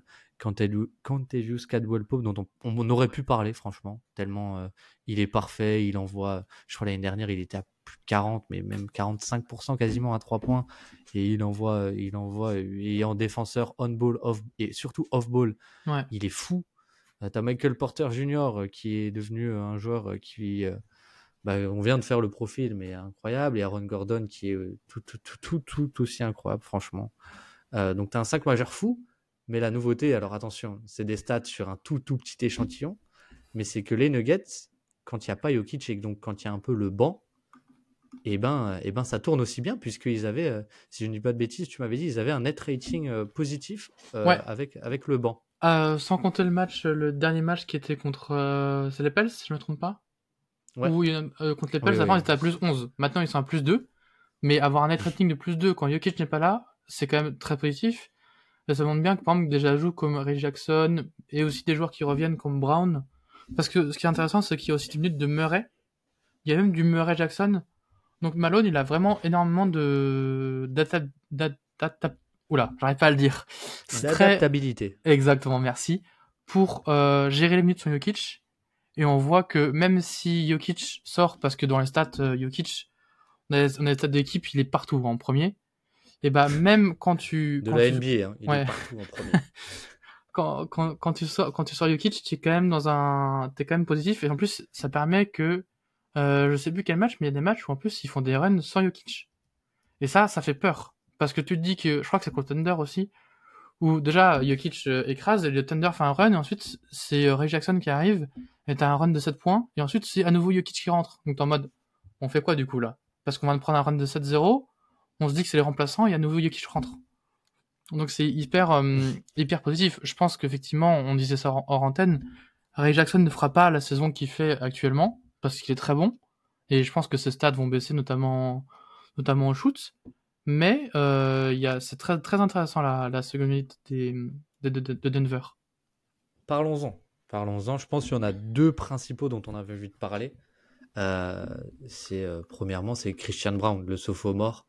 Kentavious Caldwell-Pope dont on, on aurait pu parler franchement tellement euh, il est parfait, il envoie, je crois l'année dernière il était à plus de quarante mais même quarante-cinq pour cent quasiment à trois points et il envoie, il envoie et en défenseur on ball off et surtout off ball Ouais. il est fou. Euh, T'as Michael Porter Junior euh, qui est devenu un joueur euh, qui euh, bah, on vient de faire le profil, mais incroyable. Et Aaron Gordon qui est euh, tout, tout, tout, tout, tout aussi incroyable, franchement. Euh, donc, tu as un cinq majeur fou, mais la nouveauté, alors attention, c'est des stats sur un tout, tout petit échantillon, mais c'est que les Nuggets, quand il n'y a pas Jokic et donc quand il y a un peu le banc, et eh ben, et eh ben ça tourne aussi bien, puisqu'ils avaient, euh, si je ne dis pas de bêtises, tu m'avais dit, ils avaient un net rating euh, positif euh, Ouais. avec, avec le banc. Euh, sans compter le match, le dernier match qui était contre, euh, c'est les Pels, si je me trompe pas. Ouais, Ou euh, contre les oui, Pels, avant ils oui. étaient à plus onze. Maintenant ils sont à plus deux. Mais avoir un net rating de plus deux quand Jokic n'est pas là, c'est quand même très positif. Et ça montre bien que par exemple des ajouts comme Ray Jackson et aussi des joueurs qui reviennent comme Brown. Parce que ce qui est intéressant, c'est qu'il y a aussi des minutes de Murray. Il y a même du Murray Jackson. Donc Malone, il a vraiment énormément de data, data, data oula, j'arrive pas à le dire. C'est très D'adaptabilité. exactement, merci pour euh, gérer les minutes sur Jokic. Et on voit que même si Jokic sort, parce que dans les stats, euh, Jokic, on a, on a les stats d'équipe, il est partout en premier. Et bah même quand tu De quand la tu N B A, hein, il est ouais partout en premier. quand, quand quand tu sors quand tu sors Jokic, tu es quand même dans un t'es quand même positif, et en plus ça permet que euh, je sais plus quel match, mais il y a des matchs où en plus ils font des runs sans Jokic. Et ça, ça fait peur parce que tu te dis que je crois que c'est contre Thunder aussi, où déjà Jokic euh, écrase et le Thunder fait un run, et ensuite c'est euh, Ray Jackson qui arrive et t'as un run de sept points, et ensuite c'est à nouveau Jokic qui rentre. Donc t'es en mode on fait quoi du coup là? Parce qu'on vient de prendre un run de sept zéro, on se dit que c'est les remplaçants et à nouveau Jokic rentre. Donc c'est hyper euh, hyper positif. Je pense qu'effectivement, on disait ça hors antenne, Ray Jackson ne fera pas la saison qu'il fait actuellement parce qu'il est très bon, et je pense que ses stats vont baisser, notamment notamment au shoot. Mais euh, il y a c'est très très intéressant la, la seconde unité des, de, de, de Denver. Parlons-en. Parlons-en. Je pense qu'il y en a deux principaux dont on avait envie de parler. Euh, c'est euh, premièrement, c'est Christian Brown, le sophomore,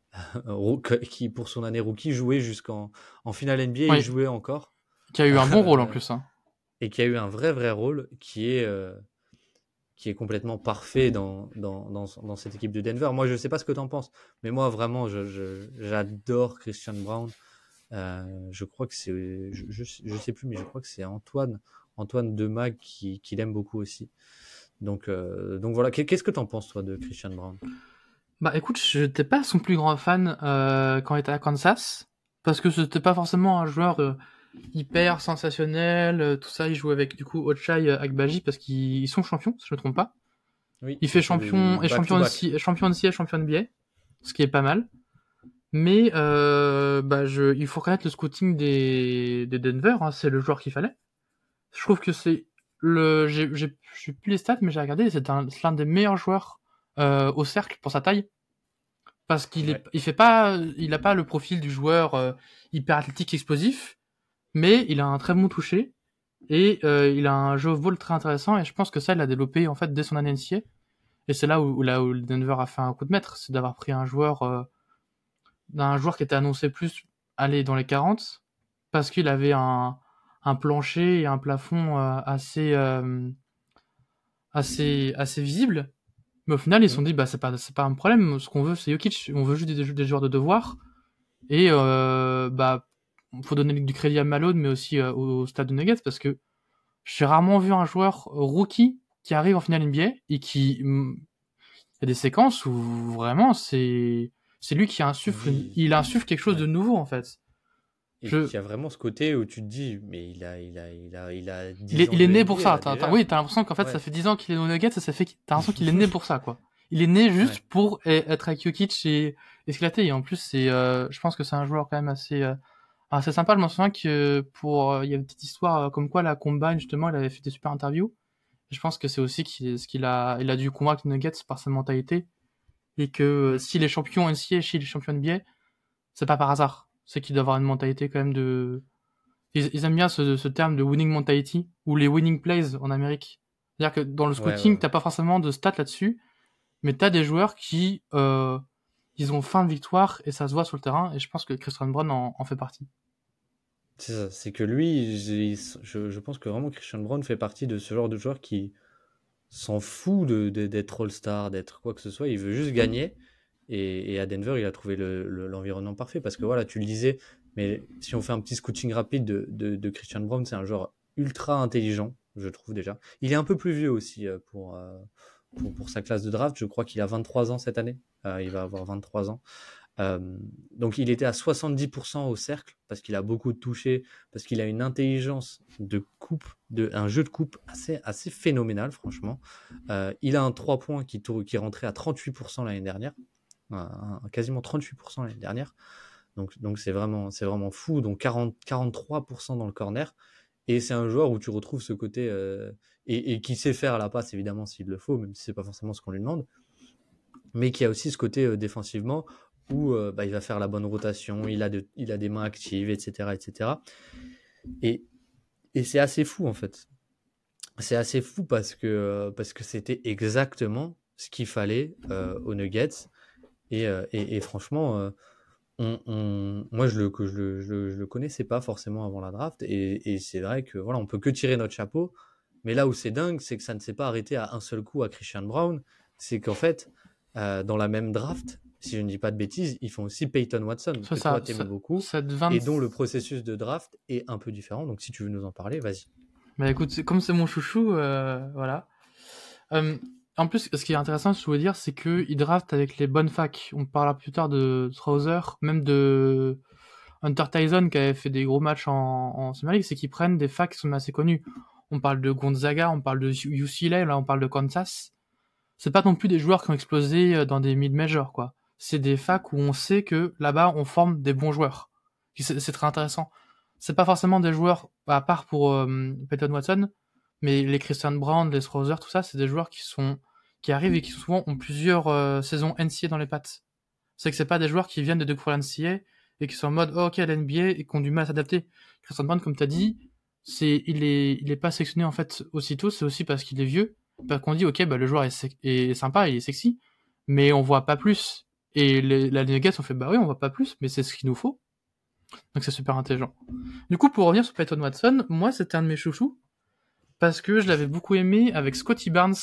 qui pour son année rookie jouait jusqu'en en finale N B A, il Oui, jouait encore qui a eu un bon rôle en euh, plus. Hein. et qui a eu un vrai vrai rôle, qui est euh, qui est complètement parfait dans, dans, dans, dans cette équipe de Denver. Moi, je sais pas ce que tu en penses, mais moi vraiment, je, je, j'adore Christian Brown. Euh, je crois que c'est, je, je, je sais plus, mais je crois que c'est Antoine Antoine Demague qui, qui l'aime beaucoup aussi. Donc, euh, donc voilà, qu'est-ce que t'en penses toi de Christian Brown? Bah écoute, je n'étais pas son plus grand fan euh, quand il était à Kansas, parce que c'était pas forcément un joueur euh, hyper sensationnel, euh, tout ça. Il joue avec du coup Ochai euh, Agbaji parce qu'ils ils sont champions, si je me trompe pas. Oui, Il fait ils font champion du et champion back-to-back. de champion de C I A, champion de N B A, ce qui est pas mal. Mais euh, bah je, il faut reconnaître le scouting des, des Denver, hein, c'est le joueur qu'il fallait. Je trouve que c'est le, j'ai, j'ai, je sais plus les stats, mais j'ai regardé, c'est un, c'est l'un des meilleurs joueurs euh, au cercle pour sa taille, parce qu'il Ouais. est, il fait pas, il a pas le profil du joueur euh, hyper athlétique explosif, mais il a un très bon toucher et euh, il a un jeu au vol très intéressant et je pense que ça il l'a développé en fait dès son année N C A. Et c'est là où, où là où le Denver a fait un coup de maître, c'est d'avoir pris un joueur euh, d'un joueur qui était annoncé plus aller dans les quarante parce qu'il avait un un plancher et un plafond euh, assez euh, assez assez visible. Mais au final, ils se sont Mm. dit bah c'est pas c'est pas un problème, ce qu'on veut c'est Jokic, on veut juste des, des joueurs de devoir et euh, bah faut donner du crédit à Malone mais aussi euh, au stade de Nuggets parce que j'ai rarement vu un joueur rookie qui arrive en finale N B A et qui mm, il y a des séquences où vraiment c'est c'est lui qui insuffle Oui. il insuffle quelque chose Ouais. de nouveau en fait. Et Je qui a vraiment ce côté où tu te dis, mais il a, il a, il a, il a il est dix ans il est de né pour N B A ça. là T'as, t'as, déjà. oui, t'as l'impression qu'en fait ça Ouais. fait dix ans qu'il est au Nuggets et ça fait t'as l'impression qu'il est né pour ça quoi. Il est né juste Ouais. pour e- être avec Jokic et éclater et en plus c'est euh, je pense que c'est un joueur quand même assez euh, assez sympa. Je m'en souviens que pour euh, il y a une petite histoire euh, comme quoi la Combine justement il avait fait des super interviews. Je pense que c'est aussi qu'il, ce qu'il a il a dû convaincre les Nuggets par sa mentalité et que euh, Mm. s'il est champion N C A et s'il est champion N B A, c'est pas par hasard. C'est qu'il doit avoir une mentalité quand même de ils, ils aiment bien ce, ce terme de winning mentality ou les winning plays en Amérique. C'est-à-dire que dans le Ouais, ouais, scouting, ouais. t'as pas forcément de stats là-dessus, mais t'as des joueurs qui euh, ils ont faim de victoire et ça se voit sur le terrain. Et je pense que Christian Brown en, en fait partie. C'est ça. C'est que lui, j'ai- je, je pense que vraiment Christian Brown fait partie de ce genre de joueur qui s'en fout de, de- d'être All-Star, d'être quoi que ce soit. Il veut juste gagner. Et, et à Denver, il a trouvé le, le- l'environnement parfait. Parce que voilà, tu le disais, mais si on fait un petit scouting rapide de, de, de Christian Brown, c'est un joueur ultra intelligent, je trouve déjà. Il est un peu plus vieux aussi euh, pour, euh, pour, pour sa classe de draft. Je crois qu'il a vingt-trois ans cette année. Euh, il va avoir vingt-trois ans. Euh, donc il était à soixante-dix pour cent au cercle parce qu'il a beaucoup de touchés, parce qu'il a une intelligence de coupe, de, un jeu de coupe assez, assez phénoménal franchement. Euh, il a un trois points qui, tourne, qui est rentré à trente-huit pour cent l'année dernière, un, un, quasiment trente-huit pour cent l'année dernière. Donc, donc c'est vraiment, c'est vraiment fou. Donc quarante, quarante-trois pour cent dans le corner. Et c'est un joueur où tu retrouves ce côté euh, et, et qui sait faire la passe évidemment s'il le faut, même si c'est pas forcément ce qu'on lui demande, mais qui a aussi ce côté euh, défensivement où euh, bah, il va faire la bonne rotation, il a, de, il a des mains actives, et cetera, et cetera. Et, et c'est assez fou en fait. C'est assez fou parce que euh, parce que c'était exactement ce qu'il fallait euh, aux Nuggets. Et, euh, et, et franchement, euh, on, on, moi je le, je, le, je, le, je le connaissais pas forcément avant la draft. Et, et c'est vrai que voilà, on peut que tirer notre chapeau. Mais là où c'est dingue, c'est que ça ne s'est pas arrêté à un seul coup à Christian Brown. C'est qu'en fait, euh, dans la même draft, si je ne dis pas de bêtises, ils font aussi Peyton Watson, C'est que ça, toi t'aimes ça, beaucoup, ça vingt... et dont le processus de draft est un peu différent. Donc si tu veux nous en parler, vas-y. Bah écoute, c'est- comme c'est mon chouchou, euh, voilà. Euh, en plus, ce qui est intéressant, ce que je voulais dire, c'est que ils draftent avec les bonnes facs. On parlera plus tard de Trouser, même de Hunter Tyson qui avait fait des gros matchs en, en Summer League, c'est qu'ils prennent des facs qui sont assez connus. On parle de Gonzaga, on parle de U C L A, là on parle de Kansas. C'est pas non plus des joueurs qui ont explosé euh, dans des mid-majors, quoi. C'est des facs où on sait que là-bas on forme des bons joueurs. C'est, c'est très intéressant. C'est pas forcément des joueurs, à part pour euh, Peyton Watson, mais les Christian Brown, les Strother, tout ça, c'est des joueurs qui sont qui arrivent et qui souvent ont plusieurs euh, saisons N C A A dans les pattes. C'est que c'est pas des joueurs qui viennent de découvrir l'N C A A et qui sont en mode oh, ok l'N B A et qui ont du mal à s'adapter. Christian Brown, comme t'as dit, c'est il est il est pas sélectionné en fait aussitôt, c'est aussi parce qu'il est vieux, parce qu'on dit ok bah le joueur est, sec- est sympa, il est sexy, mais on voit pas plus. Et les, la Nuggets ont fait bah oui on voit pas plus, mais c'est ce qu'il nous faut. Donc c'est super intelligent. Du coup pour revenir sur Peyton Watson, moi c'était un de mes chouchous parce que je l'avais beaucoup aimé avec Scotty Barnes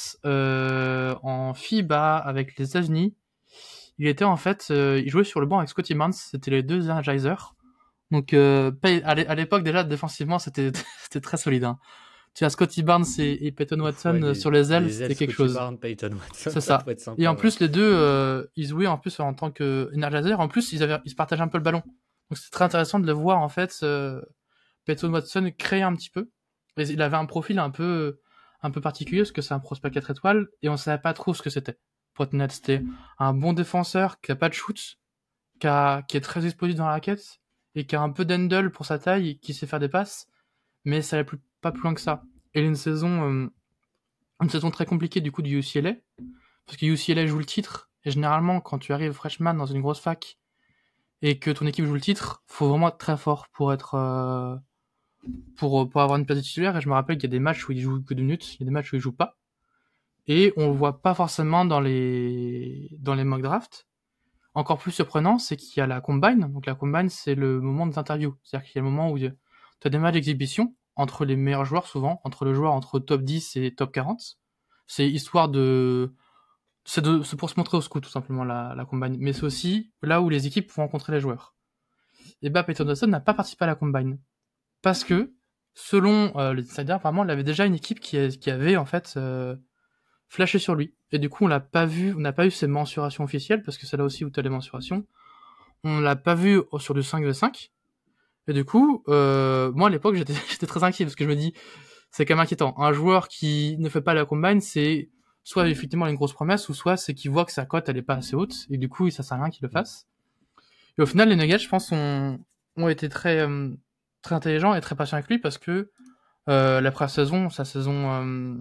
euh, en FIBA avec les États-Unis. Il était en fait, euh, il jouait sur le banc avec Scotty Barnes, c'était les deux Energizers. Donc euh, à l'époque déjà défensivement c'était c'était très solide. Hein. tu as Scotty Barnes et, et Peyton Watson Ouais, les, sur les ailes, les c'était ailes quelque Scotty chose. Barnes, Peyton Watson, C'est ça. peut être sympa, Et en ouais. plus, les deux, euh, ils jouaient en plus en tant que Energizer. En plus, ils, avaient, ils se partageaient un peu le ballon. Donc c'est très intéressant de le voir en fait. Euh, Peyton Watson créer un petit peu. Et il avait un profil un peu, un peu particulier parce que c'est un prospect quatre étoiles et on savait pas trop ce que c'était. Pour être honnête, c'était un bon défenseur qui a pas de shoot, qui, a, qui est très explosif dans la raquette et qui a un peu d'handle pour sa taille et qui sait faire des passes, mais ça allait plus, pas plus loin que ça. Et une saison, euh, une saison très compliquée du coup du U C L A, parce que U C L A joue le titre et généralement quand tu arrives freshman dans une grosse fac et que ton équipe joue le titre, faut vraiment être très fort pour être euh, pour pour avoir une place de titulaire. Et je me rappelle qu'il y a des matchs où il joue que deux minutes, il y a des matchs où il joue pas, et on le voit pas forcément dans les dans les mock drafts. Encore plus surprenant, c'est qu'il y a la combine. Donc la combine, c'est le moment des interviews. C'est-à-dire qu'il y a le moment où tu as des matchs d'exhibition entre les meilleurs joueurs, souvent, entre le joueur entre top dix et top quarante. C'est histoire de... C'est, de... c'est pour se montrer au scout, tout simplement, la, la combine. Mais c'est aussi là où les équipes vont rencontrer les joueurs. Et bah, Peyton Watson n'a pas participé à la combine. Parce que, selon euh, les insiders, apparemment, il avait déjà une équipe qui, qui avait, en fait... Euh, flashé sur lui. Et du coup, on l'a pas vu, on n'a pas eu ses mensurations officielles, parce que c'est là aussi où tu as les mensurations. On l'a pas vu sur du cinq v cinq. Et du coup, euh, moi, à l'époque, j'étais, j'étais très inquiet, parce que je me dis, c'est quand même inquiétant. Un joueur qui ne fait pas la combine, c'est soit effectivement une grosse promesse, ou soit c'est qu'il voit que sa cote, elle est pas assez haute, et du coup, ça sert à rien qu'il le fasse. Et au final, les Nuggets, je pense, ont, ont été très, euh, très intelligents et très patients avec lui, parce que euh, la première saison, sa saison... Euh,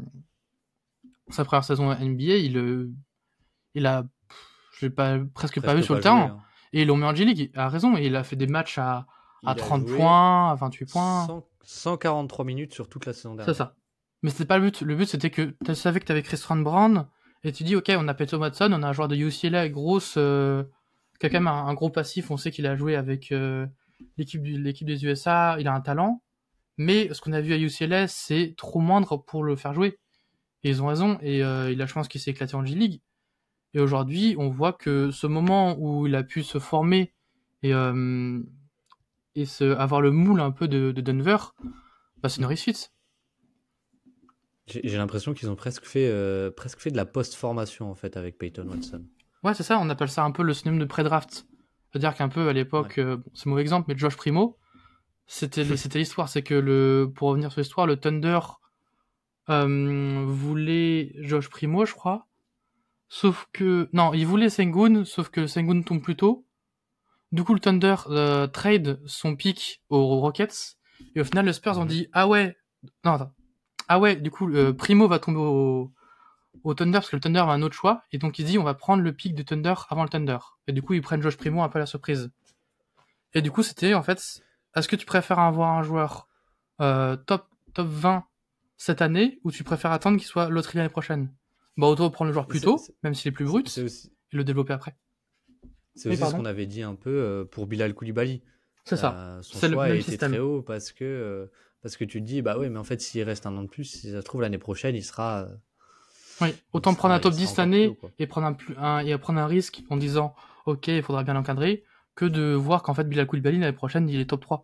sa première saison N B A, il, euh, il a, je l'ai pas, presque, presque pas vu sur pas le joué, terrain. Hein. Et ils l'ont mis en G-League, a raison. Et il a fait des matchs à, à trente points, à vingt-huit points. cent, cent quarante-trois minutes sur toute la saison dernière. C'est ça. Mais c'était pas le but. Le but, c'était que tu savais que tu avais Chris Brown et tu dis, ok, on a Peyton Watson, on a un joueur de U C L A grosse, euh, qui a quand même un, un gros passif. On sait qu'il a joué avec euh, l'équipe, du, l'équipe des U S A, il a un talent. Mais ce qu'on a vu à U C L A, c'est trop moindre pour le faire jouer. Et ils ont raison, et euh, il a, je pense qu'il s'est éclaté en G-League. Et aujourd'hui, on voit que ce moment où il a pu se former et, euh, et se, avoir le moule un peu de, de Denver, bah, c'est une réussite. J'ai, j'ai l'impression qu'ils ont presque fait, euh, presque fait de la post-formation en fait avec Peyton Watson. Ouais, c'est ça, on appelle ça un peu le synonyme de pré-draft. C'est-à-dire qu'un peu à l'époque, ouais. euh, bon, c'est un mauvais exemple, mais Josh Primo, c'était, c'était l'histoire. C'est que, le, pour revenir sur l'histoire, le Thunder euh, voulait Josh Primo, je crois. Sauf que... Non, il voulait Sengun, sauf que Sengun tombe plus tôt. Du coup, le Thunder euh, trade son pick aux Rockets. Et au final, les Spurs mmh. ont dit, ah ouais... Non, attends. Ah ouais, du coup, euh, Primo va tomber au, au Thunder, parce que le Thunder a un autre choix. Et donc, il dit, on va prendre le pick du Thunder avant le Thunder. Et du coup, ils prennent Josh Primo un peu à la surprise. Et du coup, c'était, en fait, est-ce que tu préfères avoir un joueur euh, top, top vingt cette année, ou tu préfères attendre qu'il soit loterie l'année prochaine? Bah, autant prendre le joueur plus tôt, même s'il est plus brut, c'est aussi... et le développer après. C'est oui, aussi pardon. Ce qu'on avait dit un peu euh, pour Bilal Koulibaly. C'est ça. Euh, son c'est choix le a même été système. très haut parce que, euh, parce que tu te dis, bah oui, mais en fait, s'il reste un an de plus, si ça se trouve, l'année prochaine, il sera... Euh, oui, autant prendre sera, un top dix cette année et, prendre un, un, et prendre un risque en disant, ok, il faudra bien l'encadrer, que de voir qu'en fait, Bilal Koulibaly, l'année prochaine, il est top trois.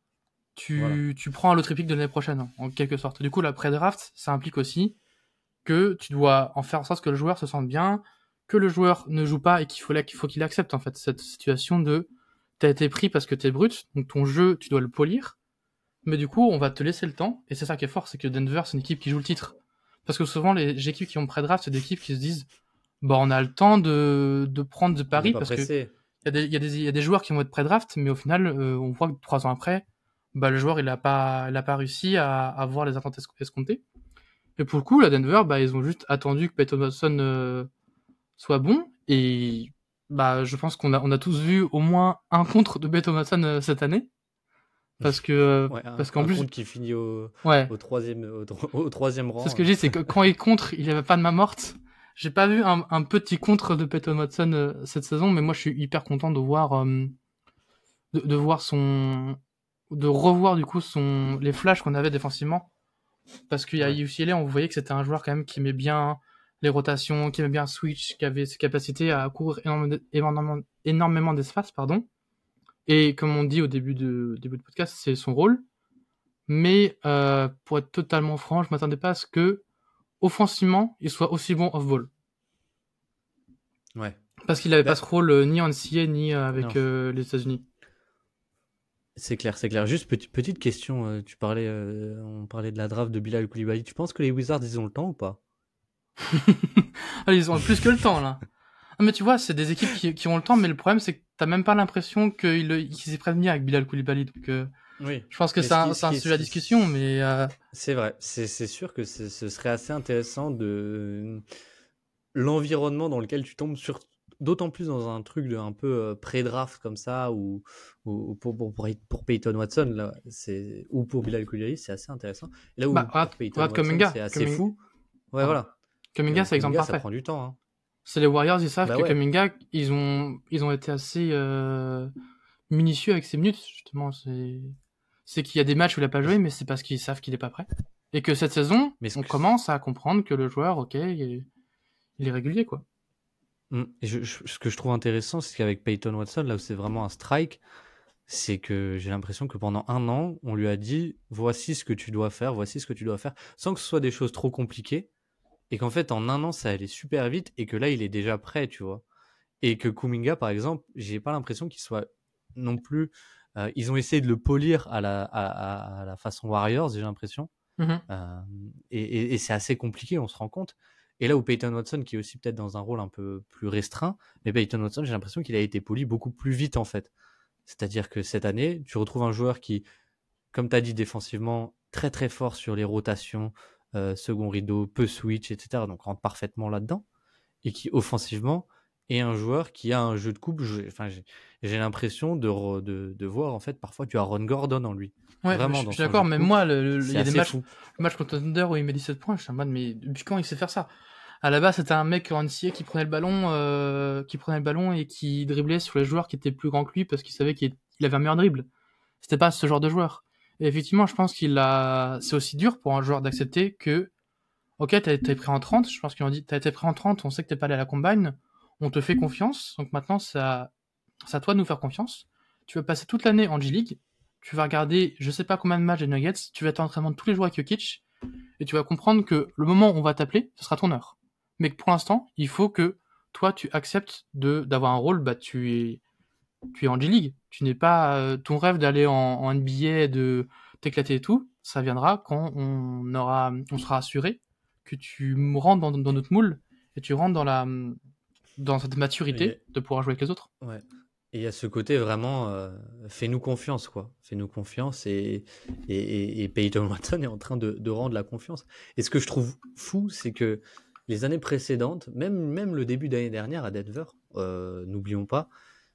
Tu, voilà. tu prends un lot tripique de l'année prochaine, en quelque sorte. Du coup, la pré-draft, ça implique aussi que tu dois en faire en sorte que le joueur se sente bien, que le joueur ne joue pas et qu'il faut, là, qu'il faut qu'il accepte en fait cette situation de t'as été pris parce que t'es brut, donc ton jeu, tu dois le polir, mais du coup, on va te laisser le temps, et c'est ça qui est fort, c'est que Denver, c'est une équipe qui joue le titre. Parce que souvent, les équipes qui ont pré-draft, c'est des équipes qui se disent, bah, on a le temps de, de prendre de paris, parce pressé. que il y a des, il y a des, il y a des joueurs qui vont être pré-draft, mais au final, euh, on voit que trois ans après, bah, le joueur, il a pas, il a pas réussi à avoir les attentes escomptées. Et pour le coup, la Denver, bah, ils ont juste attendu que Peyton Watson euh, soit bon. Et bah, je pense qu'on a, on a tous vu au moins un contre de Peyton Watson euh, cette année. Parce que, ouais, un, parce qu'en un plus, contre qui finit au, ouais. au troisième, au, au troisième rang. C'est ce que je dis, c'est que quand il contre, il avait pas de main morte. J'ai pas vu un, un petit contre de Peyton Watson euh, cette saison, mais moi, je suis hyper content de voir, euh, de, de voir son, de revoir du coup son, les flashs qu'on avait défensivement. Parce qu'il y a ouais. U C L A, on voyait que c'était un joueur quand même qui aimait bien les rotations, qui aimait bien switch, qui avait ses capacités à courir énormément, énormément, énormément d'espace, pardon. Et comme on dit au début de, début de podcast, c'est son rôle. Mais euh, pour être totalement franc, je m'attendais pas à ce que, offensivement, il soit aussi bon off-ball. Ouais. Parce qu'il avait Bah, pas ce rôle euh, ni en N C A A ni euh, avec euh, les États-Unis. C'est clair, c'est clair. Juste petite, petite question, euh, tu parlais, euh, on parlait de la draft de Bilal Coulibaly. Tu penses que les Wizards, ils ont le temps ou pas? Ah, ils ont plus que le temps, là. Non, mais tu vois, c'est des équipes qui, qui ont le temps, mais le problème, c'est que t'as même pas l'impression qu'ils qu'ils s'y prennent bien avec Bilal Koulibaly. Donc, euh, Oui. je pense que Mais c'est ce un, qui, ce c'est un qui, sujet à ce qui- discussion, mais euh, c'est vrai. C'est, c'est sûr que ce ce serait assez intéressant de l'environnement dans lequel tu tombes sur, d'autant plus dans un truc de un peu euh, pré-draft comme ça, ou, ou pour, pour, pour, pour Peyton Watson, là, c'est, ou pour Bilal Coulibaly, c'est assez intéressant. Et là bah, où regarde, pour Peyton regarde Watson, Kuminga. c'est assez Kuminga, fou. Ouais, pardon. voilà. Kuminga, Euh, c'est l'exemple Kuminga, ça parfait. prend du temps. Hein. C'est les Warriors, ils savent Bah que ouais. Kuminga, ils ont, ils ont été assez euh, minutieux avec ses minutes, justement. C'est, c'est qu'il y a des matchs où il a pas joué, mais c'est parce qu'ils savent qu'il est pas prêt. Et que cette saison, Mais ce on que, commence à comprendre que le joueur, ok, il est, il est régulier, quoi. Mm. Et je, je- ce que je trouve intéressant, c'est qu'avec Peyton Watson, là où c'est vraiment un strike, c'est que j'ai l'impression que pendant un an, on lui a dit voici ce que tu dois faire, voici ce que tu dois faire, sans que ce soit des choses trop compliquées, et qu'en fait en un an ça allait super vite, et que là il est déjà prêt, tu vois. Et que Kuminga, par exemple, j'ai pas l'impression qu'il soit non plus. Euh, ils ont essayé de le polir à la, à, à- à la façon Warriors, j'ai l'impression. Mhm. Euh, et, et- et c'est assez compliqué, on se rend compte. Et là où Peyton Watson, qui est aussi peut-être dans un rôle un peu plus restreint, mais Peyton Watson, j'ai l'impression qu'il a été poli beaucoup plus vite en fait. C'est-à-dire que cette année, tu retrouves un joueur qui, comme tu as dit défensivement, très très fort sur les rotations, euh, second rideau, peut switch, et cetera. Donc rentre parfaitement là-dedans. Et qui offensivement est un joueur qui a un jeu de coupe. J'ai, enfin, j'ai, j'ai l'impression de, re- de, de voir en fait parfois du Aaron Gordon en lui. Ouais, mais Vraiment je dans je suis son jeu d'accord, de même coupe. moi, le- le- il C'est y a des assez matchs, fou. le match contre Thunder où il met dix-sept points, je suis en mode, mais depuis quand il sait faire ça? À la base, c'était un mec en N C A A qui prenait le ballon, euh, qui prenait le ballon et qui driblait sur les joueurs qui étaient plus grands que lui parce qu'il savait qu'il il avait un meilleur dribble. C'était pas ce genre de joueur. Et effectivement, je pense qu'il a, c'est aussi dur pour un joueur d'accepter que, ok, t'as été pris en trente, je pense qu'ils ont dit, t'as été pris en trente, on sait que t'es pas allé à la combine, on te fait confiance, donc maintenant, c'est à, c'est à toi de nous faire confiance. Tu vas passer toute l'année en G-League, tu vas regarder je sais pas combien de matchs des Nuggets, tu vas être en entraînement de tous les jours avec Jokic, et tu vas comprendre que le moment où on va t'appeler, ce sera ton heure. Mais que pour l'instant, il faut que toi, tu acceptes de d'avoir un rôle, bah tu es, tu es en G-League. Tu n'es pas euh, ton rêve d'aller en, en N B A, de t'éclater et tout, ça viendra quand on aura, on sera assuré que tu rentres dans, dans notre moule et tu rentres dans la, dans cette maturité Et, de pouvoir jouer avec les autres. ouais. Et il y a ce côté vraiment, euh, fais-nous confiance, quoi. Fais-nous confiance. Et, et, et, et Peyton Watson est en train de, de rendre la confiance. Et ce que je trouve fou, c'est que les années précédentes, même, même le début d'année dernière à Denver, euh, n'oublions pas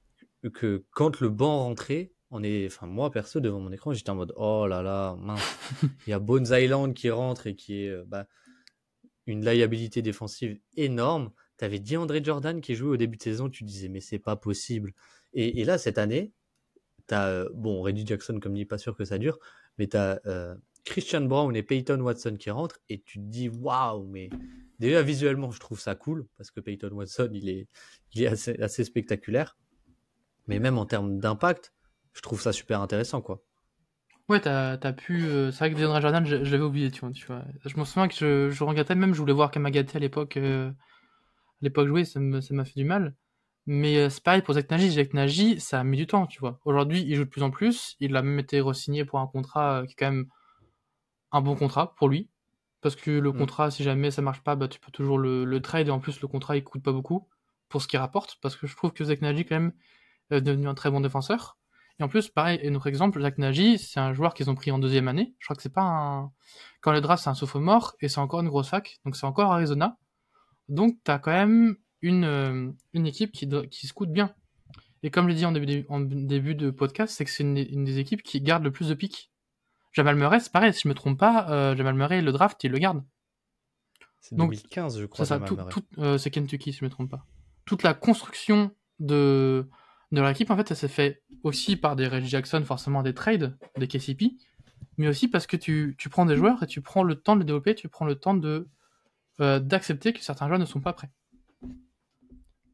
que quand le banc rentrait, on est, enfin moi perso devant mon écran, j'étais en mode oh là là, mince, il y a Bones Island qui rentre et qui est euh, bah, une liabilité défensive énorme. T'avais DeAndre Jordan qui jouait au début de saison, tu disais mais c'est pas possible. Et, et là cette année, t'as euh, bon Reggie Jackson comme dit pas sûr que ça dure, mais t'as euh, Christian Brown et Peyton Watson qui rentrent et tu te dis waouh, mais déjà visuellement je trouve ça cool parce que Peyton Watson il est, il est assez, assez spectaculaire. Mais même en termes d'impact, je trouve ça super intéressant, quoi. Ouais, t'as, t'as pu. euh, c'est vrai que DeAndre Jordan, je, je l'avais oublié, tu vois, tu vois. Je me souviens que je, je regrettais même, je voulais voir Kamagaté à l'époque, euh, à l'époque jouer, ça me- ça m'a fait du mal. Mais euh, c'est pareil pour Zach Nagy. Zach Nagy, ça a mis du temps, tu vois. Aujourd'hui, il joue de plus en plus. Il a même été re-signé pour un contrat euh, qui est quand même un bon contrat pour lui. Parce que le Mm. contrat, si jamais ça marche pas, bah, tu peux toujours le, le trade. Et en plus, le contrat, il coûte pas beaucoup pour ce qu'il rapporte. Parce que je trouve que Zach Nagy, quand même, est devenu un très bon défenseur. Et en plus, pareil, et notre exemple, Zach Nagy, c'est un joueur qu'ils ont pris en deuxième année. Je crois que c'est pas un... Quand le draft, c'est un sophomore, et c'est encore une grosse fac. Donc c'est encore Arizona. Donc t'as quand même une, euh, une équipe qui, do- qui scoute bien. Et comme je l'ai dit en début, en début de podcast, c'est que c'est une, une des équipes qui garde le plus de pics. Jamal Murray, c'est pareil, si je me trompe pas, euh, Jamal Murray, le draft, il le garde. C'est Donc, deux mille quinze, je c'est crois, ça, Jamal tout, Murray. tout, euh, c'est Kentucky, si je me trompe pas. Toute la construction de, de leur équipe, en fait, ça s'est fait aussi par des Reggie Jackson, forcément des trades, des K C P, mais aussi parce que tu, tu prends des joueurs et tu prends le temps de les développer, tu prends le temps de, euh, d'accepter que certains joueurs ne sont pas prêts.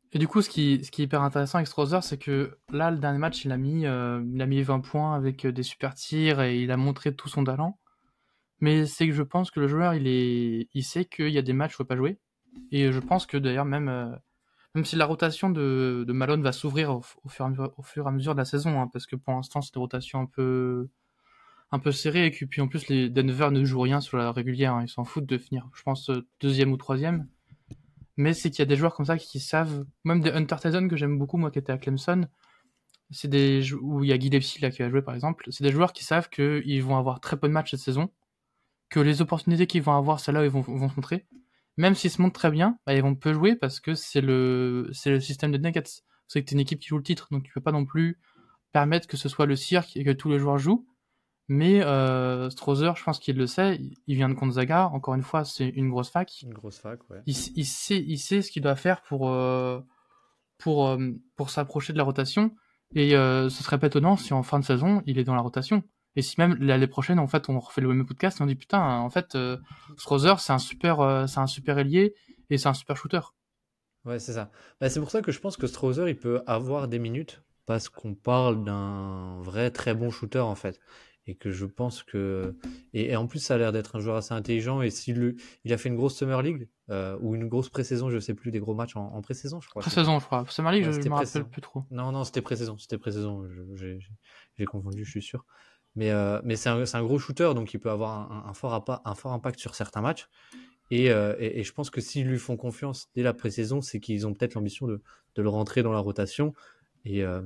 Et du coup, ce qui, ce qui est hyper intéressant avec Strother, c'est que là, le dernier match, il a mis, euh, il a mis vingt points avec euh, des super tirs et il a montré tout son talent. Mais c'est que je pense que le joueur, il est, il sait qu'il y a des matchs où il ne va pas jouer. Et je pense que d'ailleurs, même, euh, même si la rotation de, de Malone va s'ouvrir au, au, fur et à mesure, au fur et à mesure de la saison, hein, parce que pour l'instant, c'est une rotation un peu, un peu serrée, et puis en plus, les Denver ne jouent rien sur la régulière, hein, ils s'en foutent de finir, je pense, deuxième ou troisième. Mais c'est qu'il y a des joueurs comme ça qui savent, même des Hunter Tyson que j'aime beaucoup, moi qui était à Clemson, c'est des où il y a Gillespie là qui a joué par exemple, c'est des joueurs qui savent qu'ils vont avoir très peu de matchs cette saison, que les opportunités qu'ils vont avoir, celles-là, ils vont, vont se montrer. Même s'ils se montrent très bien, bah, ils vont peu jouer parce que c'est le, c'est le système de Nuggets. C'est que t'es une équipe qui joue le titre, donc tu peux pas non plus permettre que ce soit le cirque et que tous les joueurs jouent. Mais euh, Strother, je pense qu'il le sait, il vient de Gonzaga, encore une fois, c'est une grosse fac. Une grosse fac, ouais. Il, il sait, il sait ce qu'il doit faire pour, euh, pour, euh, pour s'approcher de la rotation. Et euh, ce serait pas étonnant si en fin de saison, il est dans la rotation. Et si même l'année prochaine, en fait, on refait le même podcast et on dit putain, en fait, euh, Strother, c'est un super, euh, c'est un super ailier et c'est un super shooter. Ouais, c'est ça. Bah, c'est pour ça que je pense que Strother, il peut avoir des minutes parce qu'on parle d'un vrai très bon shooter en fait. Et que je pense que. Et, et en plus, ça a l'air d'être un joueur assez intelligent. Et s'il le- il a fait une grosse Summer League euh, ou une grosse pré-saison, je sais plus, des gros matchs en, en pré-saison, je crois, c'est ça. Pré-saison, je crois. Summer League, Ouais, je, je c'était me rappelle pré-saison. plus trop. Non, non, c'était pré-saison. C'était pré-saison. Je- J'ai j'ai- j'ai confondu, je suis sûr. Mais, euh, mais c'est un, c'est un gros shooter, donc il peut avoir un, un fort, appa- un fort impact sur certains matchs. Et, euh, et, et je pense que s'ils lui font confiance dès la pré-saison, c'est qu'ils ont peut-être l'ambition de, de le rentrer dans la rotation. Et, euh,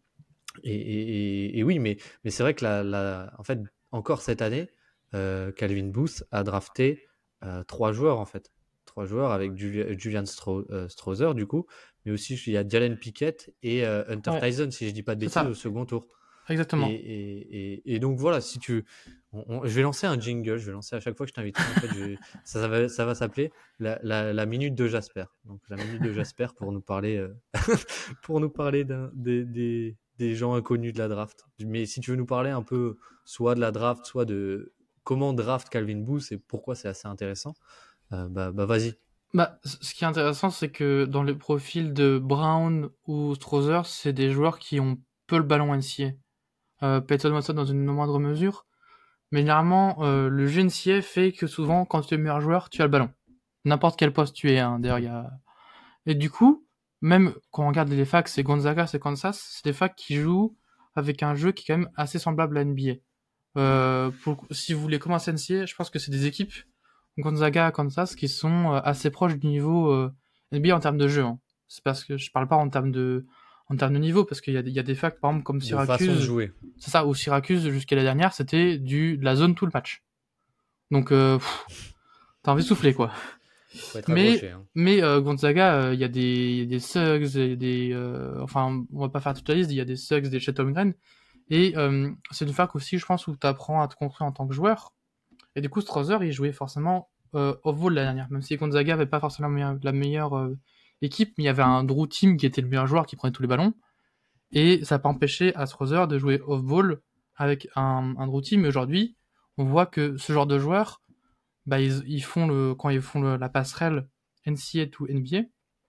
et, et, et- et oui, mais, mais c'est vrai que la, la, en fait, encore cette année, euh, Calvin Booth a drafté euh, trois joueurs en fait. Trois joueurs avec Julia- Julian Stro, euh, Strother du coup, mais aussi il y a Jalen Pickett et euh, Hunter Ouais, Tyson, si je dis pas de c'est bêtises, au ça. second tour. Et, Exactement. et, et, et donc voilà, si tu, on- on- je vais lancer un jingle, je vais lancer à chaque fois que je t'inviterai. En fait, je vais- ça, ça va, ça va s'appeler la, la, la minute de Jasper. Donc la minute de Jasper pour nous parler, euh, pour nous parler d'un, des, des, des gens inconnus de la draft. Mais si tu veux nous parler un peu, soit de la draft, soit de comment draft Calvin Booth et pourquoi c'est assez intéressant, euh, bah, bah vas-y. Bah, c- ce qui est intéressant, c'est que dans les profils de Brown ou Strother, c'est des joueurs qui ont peu le ballon N C A. Euh, Peyton Watson dans une moindre mesure. Mais généralement, euh, le jeu N C A fait que souvent, quand tu es le meilleur joueur, tu as le ballon. N'importe quel poste tu es, hein. D'ailleurs, il y a... Et du coup, même quand on regarde les facs, c'est Gonzaga, c'est Kansas, c'est des facs qui jouent avec un jeu qui est quand même assez semblable à N B A. Euh, pour... Si vous voulez commencer N C A, je pense que c'est des équipes, Gonzaga, Kansas, qui sont euh, assez proches du niveau euh, N B A en termes de jeu, hein. C'est parce que je parle pas en termes de, en termes de niveau, parce qu'il y a, des- il y a des facs, par exemple, comme De façon de Syracuse, jouer. c'est ça, ou Syracuse, jusqu'à la dernière, c'était du, de la zone tout le match. Donc, euh, pff, t'as envie de souffler, quoi. Faut être Mais, accroché. Hein. mais euh, Gonzaga, euh, il y a des, il y a des Suggs, et des, euh, enfin, on va pas faire toute la liste, il y a des Suggs, des Chet Holmgren, et euh, c'est une fac aussi, je pense, où t'apprends à te construire en tant que joueur. Et du coup, Strother, il jouait forcément euh, off-ball l'année dernière, même si Gonzaga avait pas forcément la meilleure, la meilleure euh, équipe, mais il y avait un Drew Team qui était le meilleur joueur, qui prenait tous les ballons, et ça n'a pas empêché à Strother de jouer off-ball avec un, un Drew Team. Mais aujourd'hui, on voit que ce genre de joueurs, bah, ils, ils font le, quand ils font le, la passerelle N C A to N B A,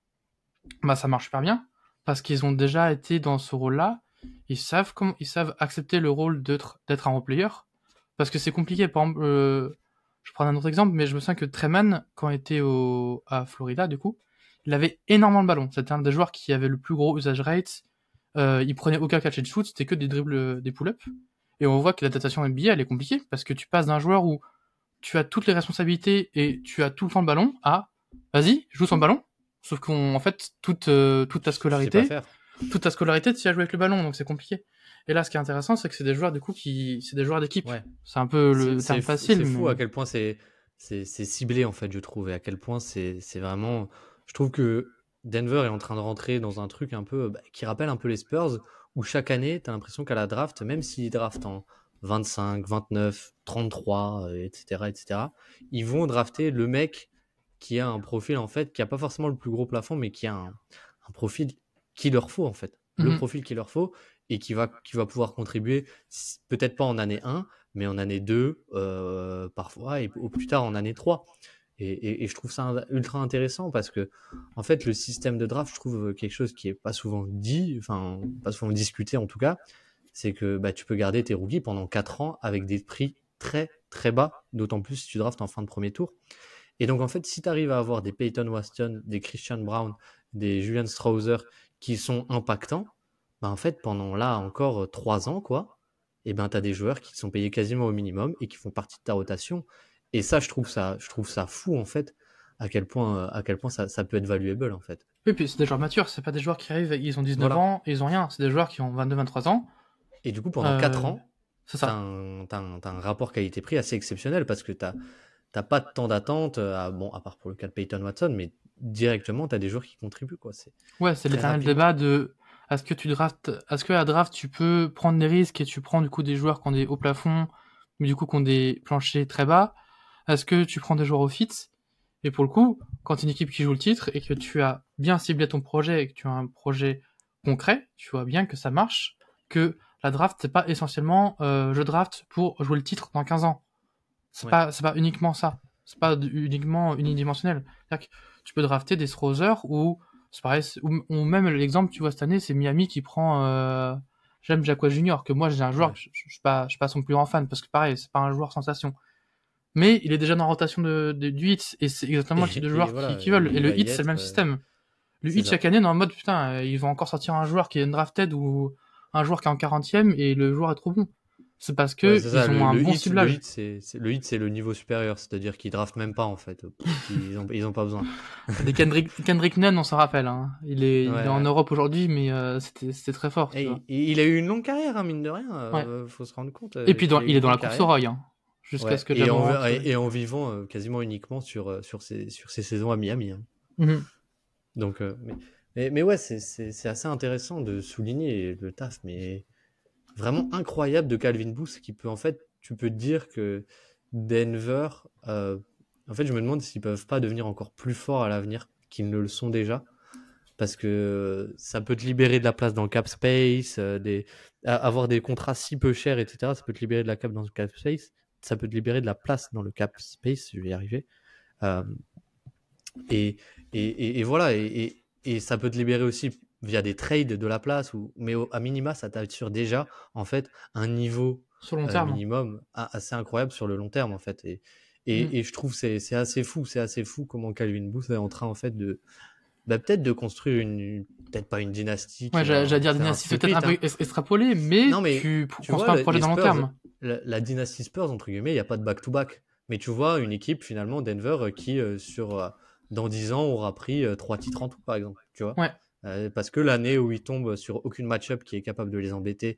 bah, ça marche super bien, parce qu'ils ont déjà été dans ce rôle-là, ils savent comment, ils savent accepter le rôle d'être, d'être un role player, parce que c'est compliqué. Par exemple, euh, je prends un autre exemple, mais je me souviens que Treman, quand il était au, à Florida, du coup, il avait énormément de ballons. C'était un des joueurs qui avait le plus gros usage rate. Euh, il prenait aucun catch and shoot, c'était que des dribbles, des pull-ups. Et on voit que l'adaptation N B A, elle est compliquée, parce que tu passes d'un joueur où tu as toutes les responsabilités et tu as tout le temps le ballon à vas-y, joue sans ballon. Sauf qu'en fait, toute, euh, toute ta Tu, tu sais pas scolarité, faire. toute ta scolarité, tu as joué avec le ballon, donc c'est compliqué. Et là, ce qui est intéressant, c'est que c'est des joueurs, du coup, qui, c'est des joueurs d'équipe. Ouais. C'est un peu C'est le c'est terme fou, facile, c'est fou mais à quel point c'est c'est c'est ciblé en fait, je trouve, et à quel point c'est c'est vraiment. Je trouve que Denver est en train de rentrer dans un truc un peu bah, qui rappelle un peu les Spurs, où chaque année, tu as l'impression qu'à la draft, même s'ils draftent en vingt-cinq, vingt-neuf, trente-trois, euh, et cetera, et cetera, ils vont drafter le mec qui a un profil en fait, qui a pas forcément le plus gros plafond, mais qui a un, un profil qu'il leur faut en fait, le mhm. profil qu'il leur faut et qui va qui va pouvoir contribuer, s- peut-être pas en année un mais en année deux, euh, parfois, et au plus tard en année trois. Et, et, et je trouve ça ultra intéressant parce que, en fait, le système de draft, je trouve quelque chose qui est pas souvent dit, enfin, pas souvent discuté en tout cas, c'est que bah, tu peux garder tes rookies pendant quatre ans avec des prix très très bas, d'autant plus si tu draftes en fin de premier tour. Et donc, en fait, si tu arrives à avoir des Peyton Waston, des Christian Brown, des Julian Strouser qui sont impactants, bah, en fait, pendant là encore trois ans, quoi, et ben, tu as des joueurs qui sont payés quasiment au minimum et qui font partie de ta rotation. Et ça, je trouve ça, je trouve ça fou, en fait, à quel point, à quel point ça, ça peut être valuable, en fait. Oui, puis c'est des joueurs matures, c'est pas des joueurs qui arrivent, ils ont dix-neuf Voilà. ans, ils ont rien, c'est des joueurs qui ont vingt-deux vingt-trois ans. Et du coup, pendant Euh, quatre ans, c'est t'as ça. un, t'as un, t'as un rapport qualité-prix assez exceptionnel parce que t'as, t'as pas de temps d'attente, à, bon, à part pour le cas de Peyton Watson, mais directement, t'as des joueurs qui contribuent, quoi. C'est Ouais, c'est très l'éternel rapide. débat de est-ce que tu draftes, est-ce que à draft tu peux prendre des risques et tu prends du coup des joueurs qui ont des hauts plafonds, mais du coup qui ont des planchers très bas. Est-ce que tu prends des joueurs au fit? Et pour le coup, quand tu es une équipe qui joue le titre et que tu as bien ciblé ton projet et que tu as un projet concret, tu vois bien que ça marche, que la draft c'est pas essentiellement euh, je draft pour jouer le titre dans quinze ans. C'est Ouais. pas c'est pas uniquement ça. C'est pas d- uniquement unidimensionnel. C'est-à-dire que tu peux drafter des Strother ou c'est pareil, c'est- ou, ou même l'exemple tu vois cette année, c'est Miami qui prend euh, j'aime Jacquet Junior que moi j'ai un joueur Ouais. je, je, je suis pas je suis pas son plus grand fan parce que pareil, c'est pas un joueur sensation. Mais il est déjà dans la rotation de, de- du hit et c'est exactement le type de Et, et joueur voilà, qui, qui veulent. Et il le va y hit c'est le même être. euh, système. Le c'est hit ça. chaque année dans le mode putain euh, ils vont encore sortir un joueur qui est undrafted ou un joueur qui est en quarantième et le joueur est trop bon. C'est parce Ouais, que c'est ça. ils ont Le, un le bon hit, le ciblage. hit, c'est, c'est- le hit, c'est le niveau supérieur, c'est-à-dire qu'ils draftent même pas en fait. Ils ont, ils ont pas besoin. Des Kendrick, Kendrick Nunn, on s'en rappelle. Hein. Il, est, Ouais, il est en ouais. Europe aujourd'hui, mais euh, c'était, c'était très fort, tu vois. Et, et il a eu une longue carrière, hein, mine de rien. Ouais. euh, faut se rendre compte Et euh, puis qu'il dans, a eu il est une dans la longue course au carrière. rail, hein, jusqu'à Ouais. ce que Et en, Jamorant se... et en vivant euh, quasiment uniquement sur, euh, sur, ses, sur ses saisons à Miami. Hein. Mhm. Donc, euh, mais, mais, mais ouais, c'est, c'est, c'est assez intéressant de souligner le taf, mais vraiment incroyable de Calvin Booth qui peut en fait, tu peux te dire que Denver, euh, en fait, je me demande s'ils peuvent pas devenir encore plus forts à l'avenir qu'ils ne le sont déjà. Parce que ça peut te libérer de la place dans le cap space, euh, des, avoir des contrats si peu chers, et cetera. Ça peut te libérer de la cap dans le cap space. Ça peut te libérer de la place dans le cap space, je vais y arriver. Euh, et, et, et, et, voilà, et, et, et, ça peut te libérer aussi via des trades de la place, ou, mais au, à minima, ça t'assure déjà en fait un niveau Sur le long euh, terme. minimum assez incroyable sur le long terme en fait. Et, et, mm. et je trouve c'est c'est assez fou, c'est assez fou comment Calvin Booth est en train en fait de bah, peut-être de construire une peut-être pas une dynastie. Ouais, j'allais, j'allais dire dynastie, c'est peut-être un peu hein. extrapolé, mais, non, mais tu, tu construis vois, un projet dans le long terme. La, la dynastie Spurs, entre guillemets, il n'y a pas de back-to-back. Mais tu vois, une équipe, finalement, Denver, qui, euh, sur, euh, dans dix ans, aura pris euh, trois titres en tout, par exemple. Tu vois ouais. euh, parce que l'année où ils tombent sur aucune match-up qui est capable de les embêter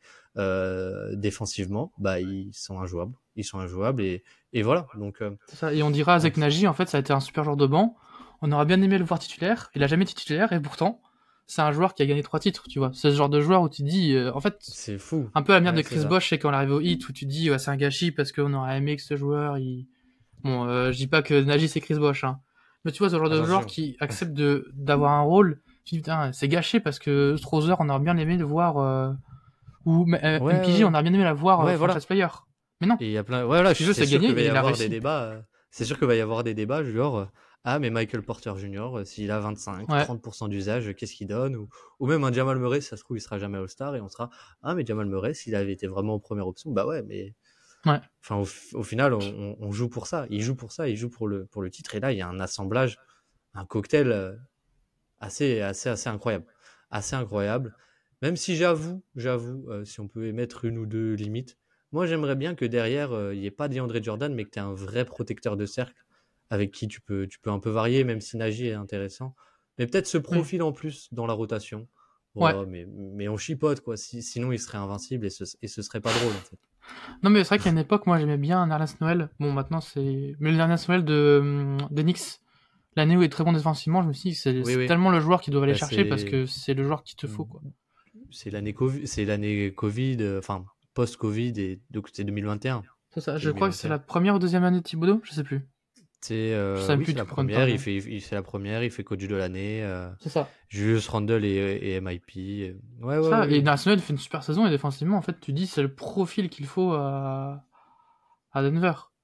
euh, défensivement, bah, ils sont injouables. Ils sont injouables et, et voilà. Donc, euh, c'est ça. Et on dira à Zach Nagy, en fait, ça a été un super joueur de banc. On aurait bien aimé le voir titulaire. Il a jamais été titulaire et pourtant, c'est un joueur qui a gagné trois titres, tu vois. C'est ce genre de joueur où tu te dis, euh, en fait, c'est fou. Un peu la merde ouais, de Chris Bosh, c'est quand on arrive au hit où tu te dis, ouais, c'est un gâchis parce qu'on aurait aimé que ce joueur, il... Bon, euh, je dis pas que Nagy c'est Chris Bosh, hein. Mais tu vois, ce genre de joueur qui accepte de, d'avoir un rôle, tu dis, putain, c'est gâché parce que Strother, on aurait bien aimé le voir, euh... ou euh, ouais, M P J, ouais. on aurait bien aimé la voir ouais, euh, franchise voilà. player. Mais non. Et il y a plein. Ouais, voilà, je veux, c'est c'est sûr gagné qu'il va y et il a avoir réussi. des débats. Euh... C'est sûr qu'il va y avoir des débats, genre, euh, ah, mais Michael Porter Junior, euh, s'il a vingt-cinq, ouais. trente pour cent d'usage, qu'est-ce qu'il donne ou... ou même un Jamal Murray, si ça se trouve, il sera jamais All-Star et on sera, ah, mais Jamal Murray, s'il avait été vraiment en première option, bah ouais, mais. Ouais. Enfin, au, au final, on, on joue pour ça. Il joue pour ça, il joue pour le, pour le titre. Et là, il y a un assemblage, un cocktail euh, assez, assez, assez incroyable. Assez incroyable. Même si j'avoue, j'avoue, euh, si on peut émettre une ou deux limites, moi, j'aimerais bien que derrière, il euh, n'y ait pas DeAndre Jordan, mais que tu aies un vrai protecteur de cercle avec qui tu peux, tu peux un peu varier, même si Nagy est intéressant. Mais peut-être ce profil oui. en plus dans la rotation. Voilà, ouais. mais, mais on chipote, quoi. Si, sinon, il serait invincible et ce, et ce serait pas drôle, en fait. Non, mais c'est vrai qu'à une époque, moi, j'aimais bien Ernest Noël. Bon, maintenant, c'est... Mais l'Ernest Noël de, de Knicks, l'année où il est très bon défensivement, je me suis dit que c'est, oui, c'est oui. tellement le joueur qui doit aller bah, chercher c'est... parce que c'est le joueur qu'il te faut, quoi. C'est l'année COVID, c'est l'année Covid, enfin, post-Covid, et donc c'est deux mille vingt et un. C'est ça, je crois que c'est la première ou deuxième année de Thibodeau, je sais plus. C'est, euh, je sais oui, plus c'est la première, il fait, il, c'est la première, il fait coach de l'année. Euh, c'est ça. Julius Randle et, et M I P. Ouais, ouais, ça, ouais, et ouais. National fait une super saison et défensivement, en fait, tu dis c'est le profil qu'il faut à, à Denver.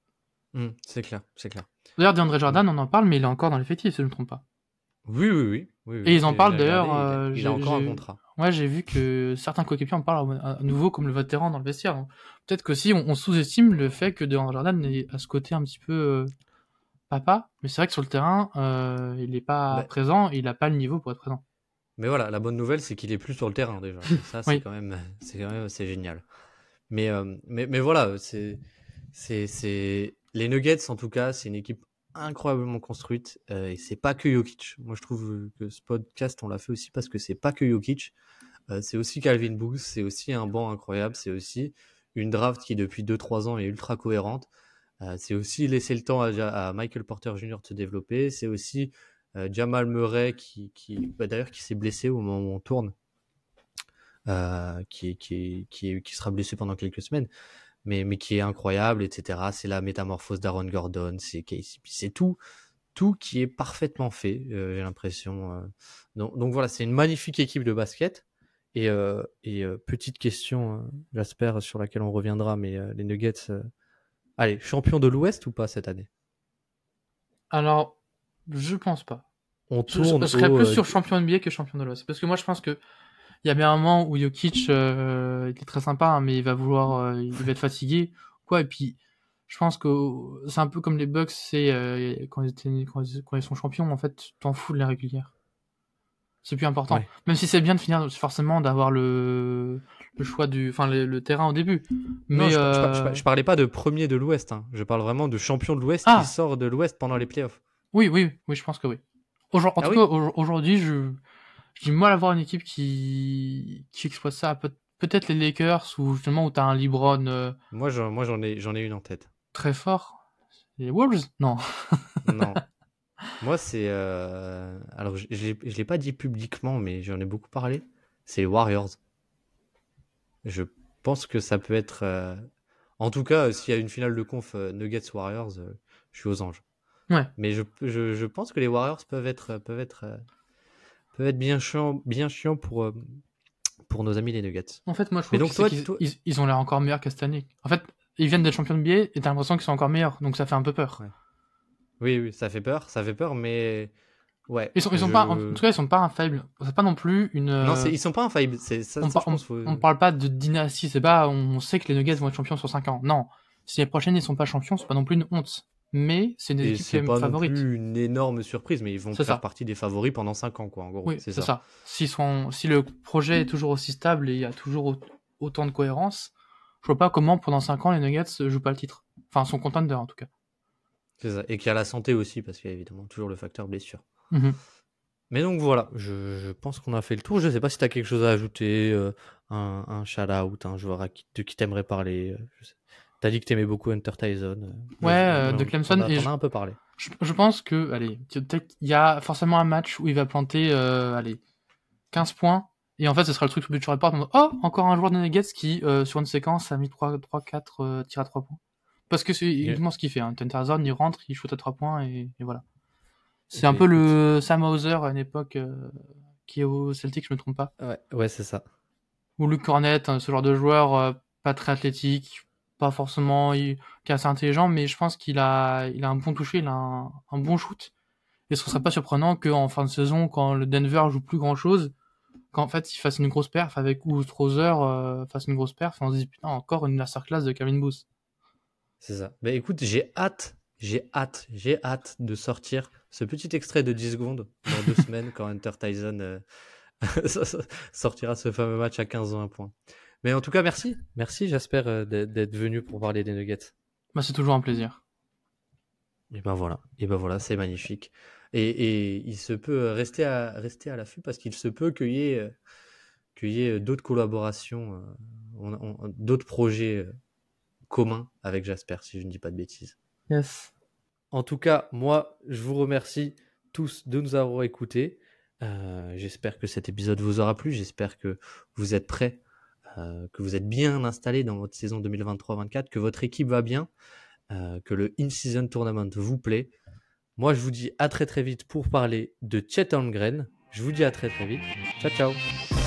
Mmh, c'est clair, c'est clair. D'ailleurs, DeAndre Jordan, Mmh. on en parle, mais il est encore dans l'effectif, si je ne me trompe pas. Oui, oui, oui. oui, Et oui. ils en J'ai, parlent j'ai d'ailleurs. regardé, il a, euh, il a j'ai, encore un j'ai... contrat. Ouais, j'ai vu que certains coéquipiers en parlent à, à nouveau comme le vétéran dans le vestiaire. Donc, peut-être que si on, on sous-estime le fait que DeAndre Jordan est à ce côté un petit peu euh, papa, mais c'est vrai que sur le terrain, euh, il n'est pas Bah, présent et il n'a pas le niveau pour être présent. mais voilà, la bonne nouvelle, c'est qu'il est plus sur le terrain déjà. Et ça, c'est Oui. quand même, c'est quand même assez génial. Mais, euh, mais, mais voilà, c'est, c'est, c'est les Nuggets en tout cas, c'est une équipe incroyablement construite euh, et c'est pas que Jokic. Moi, je trouve que ce podcast, on l'a fait aussi parce que c'est pas que Jokic. Euh, c'est aussi Calvin Booth, c'est aussi un banc incroyable, c'est aussi une draft qui depuis deux trois ans est ultra cohérente. Euh, c'est aussi laisser le temps à, à Michael Porter Junior de se développer. C'est aussi euh, Jamal Murray qui, qui bah, d'ailleurs qui s'est blessé au moment où on tourne, euh, qui, qui, qui, qui sera blessé pendant quelques semaines, mais, mais qui est incroyable, et cetera. C'est la métamorphose d'Aaron Gordon, c'est K C P, c'est tout, tout qui est parfaitement fait, euh, j'ai l'impression. Euh. Donc, donc voilà, c'est une magnifique équipe de basket. Et, euh, et euh, petite question, euh, j'espère, sur laquelle on reviendra, mais euh, les Nuggets, euh, allez, champion de l'Ouest ou pas cette année? Alors, je pense pas. On Je, je- je tourne serais au... plus euh, sur champion N B A que champion de l'Ouest. Parce que moi, je pense que il y a bien un moment où Jokic, euh, il est très sympa, hein, mais il va vouloir, euh, il va être fatigué, quoi. Et puis, je pense que c'est un peu comme les Bucks, c'est euh, quand ils étaient, quand ils, quand ils sont champions, en fait, t'en fous de la régulière. C'est plus important. Ouais. Même si c'est bien de finir, forcément, d'avoir le, le choix du, enfin, le, le terrain au début. Non, Mais je, par- je, par- je, euh... par- je parlais pas de premier de l'Ouest, hein. Je parle vraiment de champion de l'Ouest qui ah, sort de l'Ouest pendant les playoffs. oui, oui, oui, je pense que oui. Aujourd- en Ah tout cas, oui? au- aujourd'hui, je, j'ai du mal à voir une équipe qui, qui exploite ça. Peut- peut-être les Lakers, où justement, où t'as un LeBron euh, Moi, j'en, moi j'en, ai, j'en ai une en tête. très fort. Les Wolves? Non. Non. Moi, c'est... euh, Alors, je je l'ai je l'ai pas dit publiquement, mais j'en ai beaucoup parlé. C'est les Warriors. Je pense que ça peut être... euh, En tout cas, euh, s'il y a une finale de conf euh, Nuggets-Warriors, euh, je suis aux anges. Ouais. Mais je, je, je pense que les Warriors peuvent être, peuvent être, euh, peuvent être bien chiants, bien chiants pour, euh, pour nos amis les Nuggets. En fait, moi, je Mais trouve donc que c'est toi, qu'ils toi... ils, ils ont l'air encore meilleurs qu'à cette année. En fait, ils viennent d'être champions de N B A et t'as l'impression qu'ils sont encore meilleurs. Donc ça fait un peu peur. Ouais. Oui, oui, ça fait peur, ça fait peur, mais ouais, Ils sont, ils sont pas, en je... tout cas, ils sont pas infaillibles. C'est pas non plus une. Non, euh, c'est, ils sont pas infaillibles. C'est ça, on, ça, par- je on, pense. Faut... on parle pas de dynastie. C'est pas, on sait que les Nuggets vont être champions sur cinq ans. Non. Si les prochaines ils sont pas champions, c'est pas non plus une honte. Mais c'est une Et équipe quand c'est même pas non favorite. plus une énorme surprise, mais ils vont C'est faire ça. partie des favoris pendant cinq ans, quoi. En gros, Oui, c'est c'est ça. ça. S'ils sont, si le projet est toujours aussi stable et il y a toujours au- autant de cohérence, je vois pas comment pendant cinq ans les Nuggets jouent pas le titre. Enfin, sont contenders en tout cas. C'est ça. Et qu'il y a la santé aussi, parce qu'il y a évidemment toujours le facteur blessure. Mhm. Mais donc voilà, je, je pense qu'on a fait le tour. Je sais pas si tu as quelque chose à ajouter, euh, un, un shout-out, un joueur à qui, de qui t'aimerais parler. euh, je sais. T'as dit que t'aimais beaucoup Hunter Tyson. euh, Ouais, je- euh, on- de on- Clemson. T'en as, Et t'en je, as un peu parlé. je, je pense que, allez, peut-être il y a forcément un match où il va planter, euh, allez, quinze points. Et en fait, ce sera le truc sur Bleacher Report. En mode, oh, encore un joueur de Nuggets qui, euh, sur une séquence, a mis trois quatre euh, tirs à trois points. Parce que c'est Ok. exactement ce qu'il fait. Hein. Hunter Tyson, il rentre, il shoot à trois points et, et voilà. C'est Eh un ben, peu écoute. le Sam Hauser à une époque euh, qui est au Celtic, je me trompe pas. Ouais, ouais, c'est ça. Ou Luke Cornett, hein, ce genre de joueur euh, pas très athlétique, pas forcément il, qui est assez intelligent, mais je pense qu'il a, il a un bon toucher, il a un, un bon shoot. Et ce serait pas surprenant qu'en fin de saison, quand le Denver joue plus grand chose, qu'en fait il fasse une grosse perf avec ou Strother euh, fasse une grosse perf, et on se dit putain encore une masterclass de Kevin Booth. C'est ça. Bah écoute, j'ai hâte, j'ai hâte, j'ai hâte de sortir ce petit extrait de dix secondes dans deux semaines quand Hunter Tyson euh, sortira ce fameux match à quinze à un point. Mais en tout cas, merci. Merci, j'espère euh, d'être d'être venu pour parler des Nuggets. Bah c'est toujours un plaisir. Et ben voilà, et ben voilà, c'est magnifique. Et, et il se peut rester à, rester à l'affût parce qu'il se peut qu'il y ait, euh, qu'il y ait d'autres collaborations, euh, on- on- d'autres projets euh, communs avec Jasper, si je ne dis pas de bêtises. Yes. En tout cas, moi, je vous remercie tous de nous avoir écoutés. Euh, j'espère que cet épisode vous aura plu. J'espère que vous êtes prêts, euh, que vous êtes bien installés dans votre saison deux mille vingt-trois vingt-quatre, que votre équipe va bien, euh, que le In-Season Tournament vous plaît. Moi, je vous dis à très très vite pour parler de Chet Holmgren. Je vous dis à très très vite. Ciao, ciao.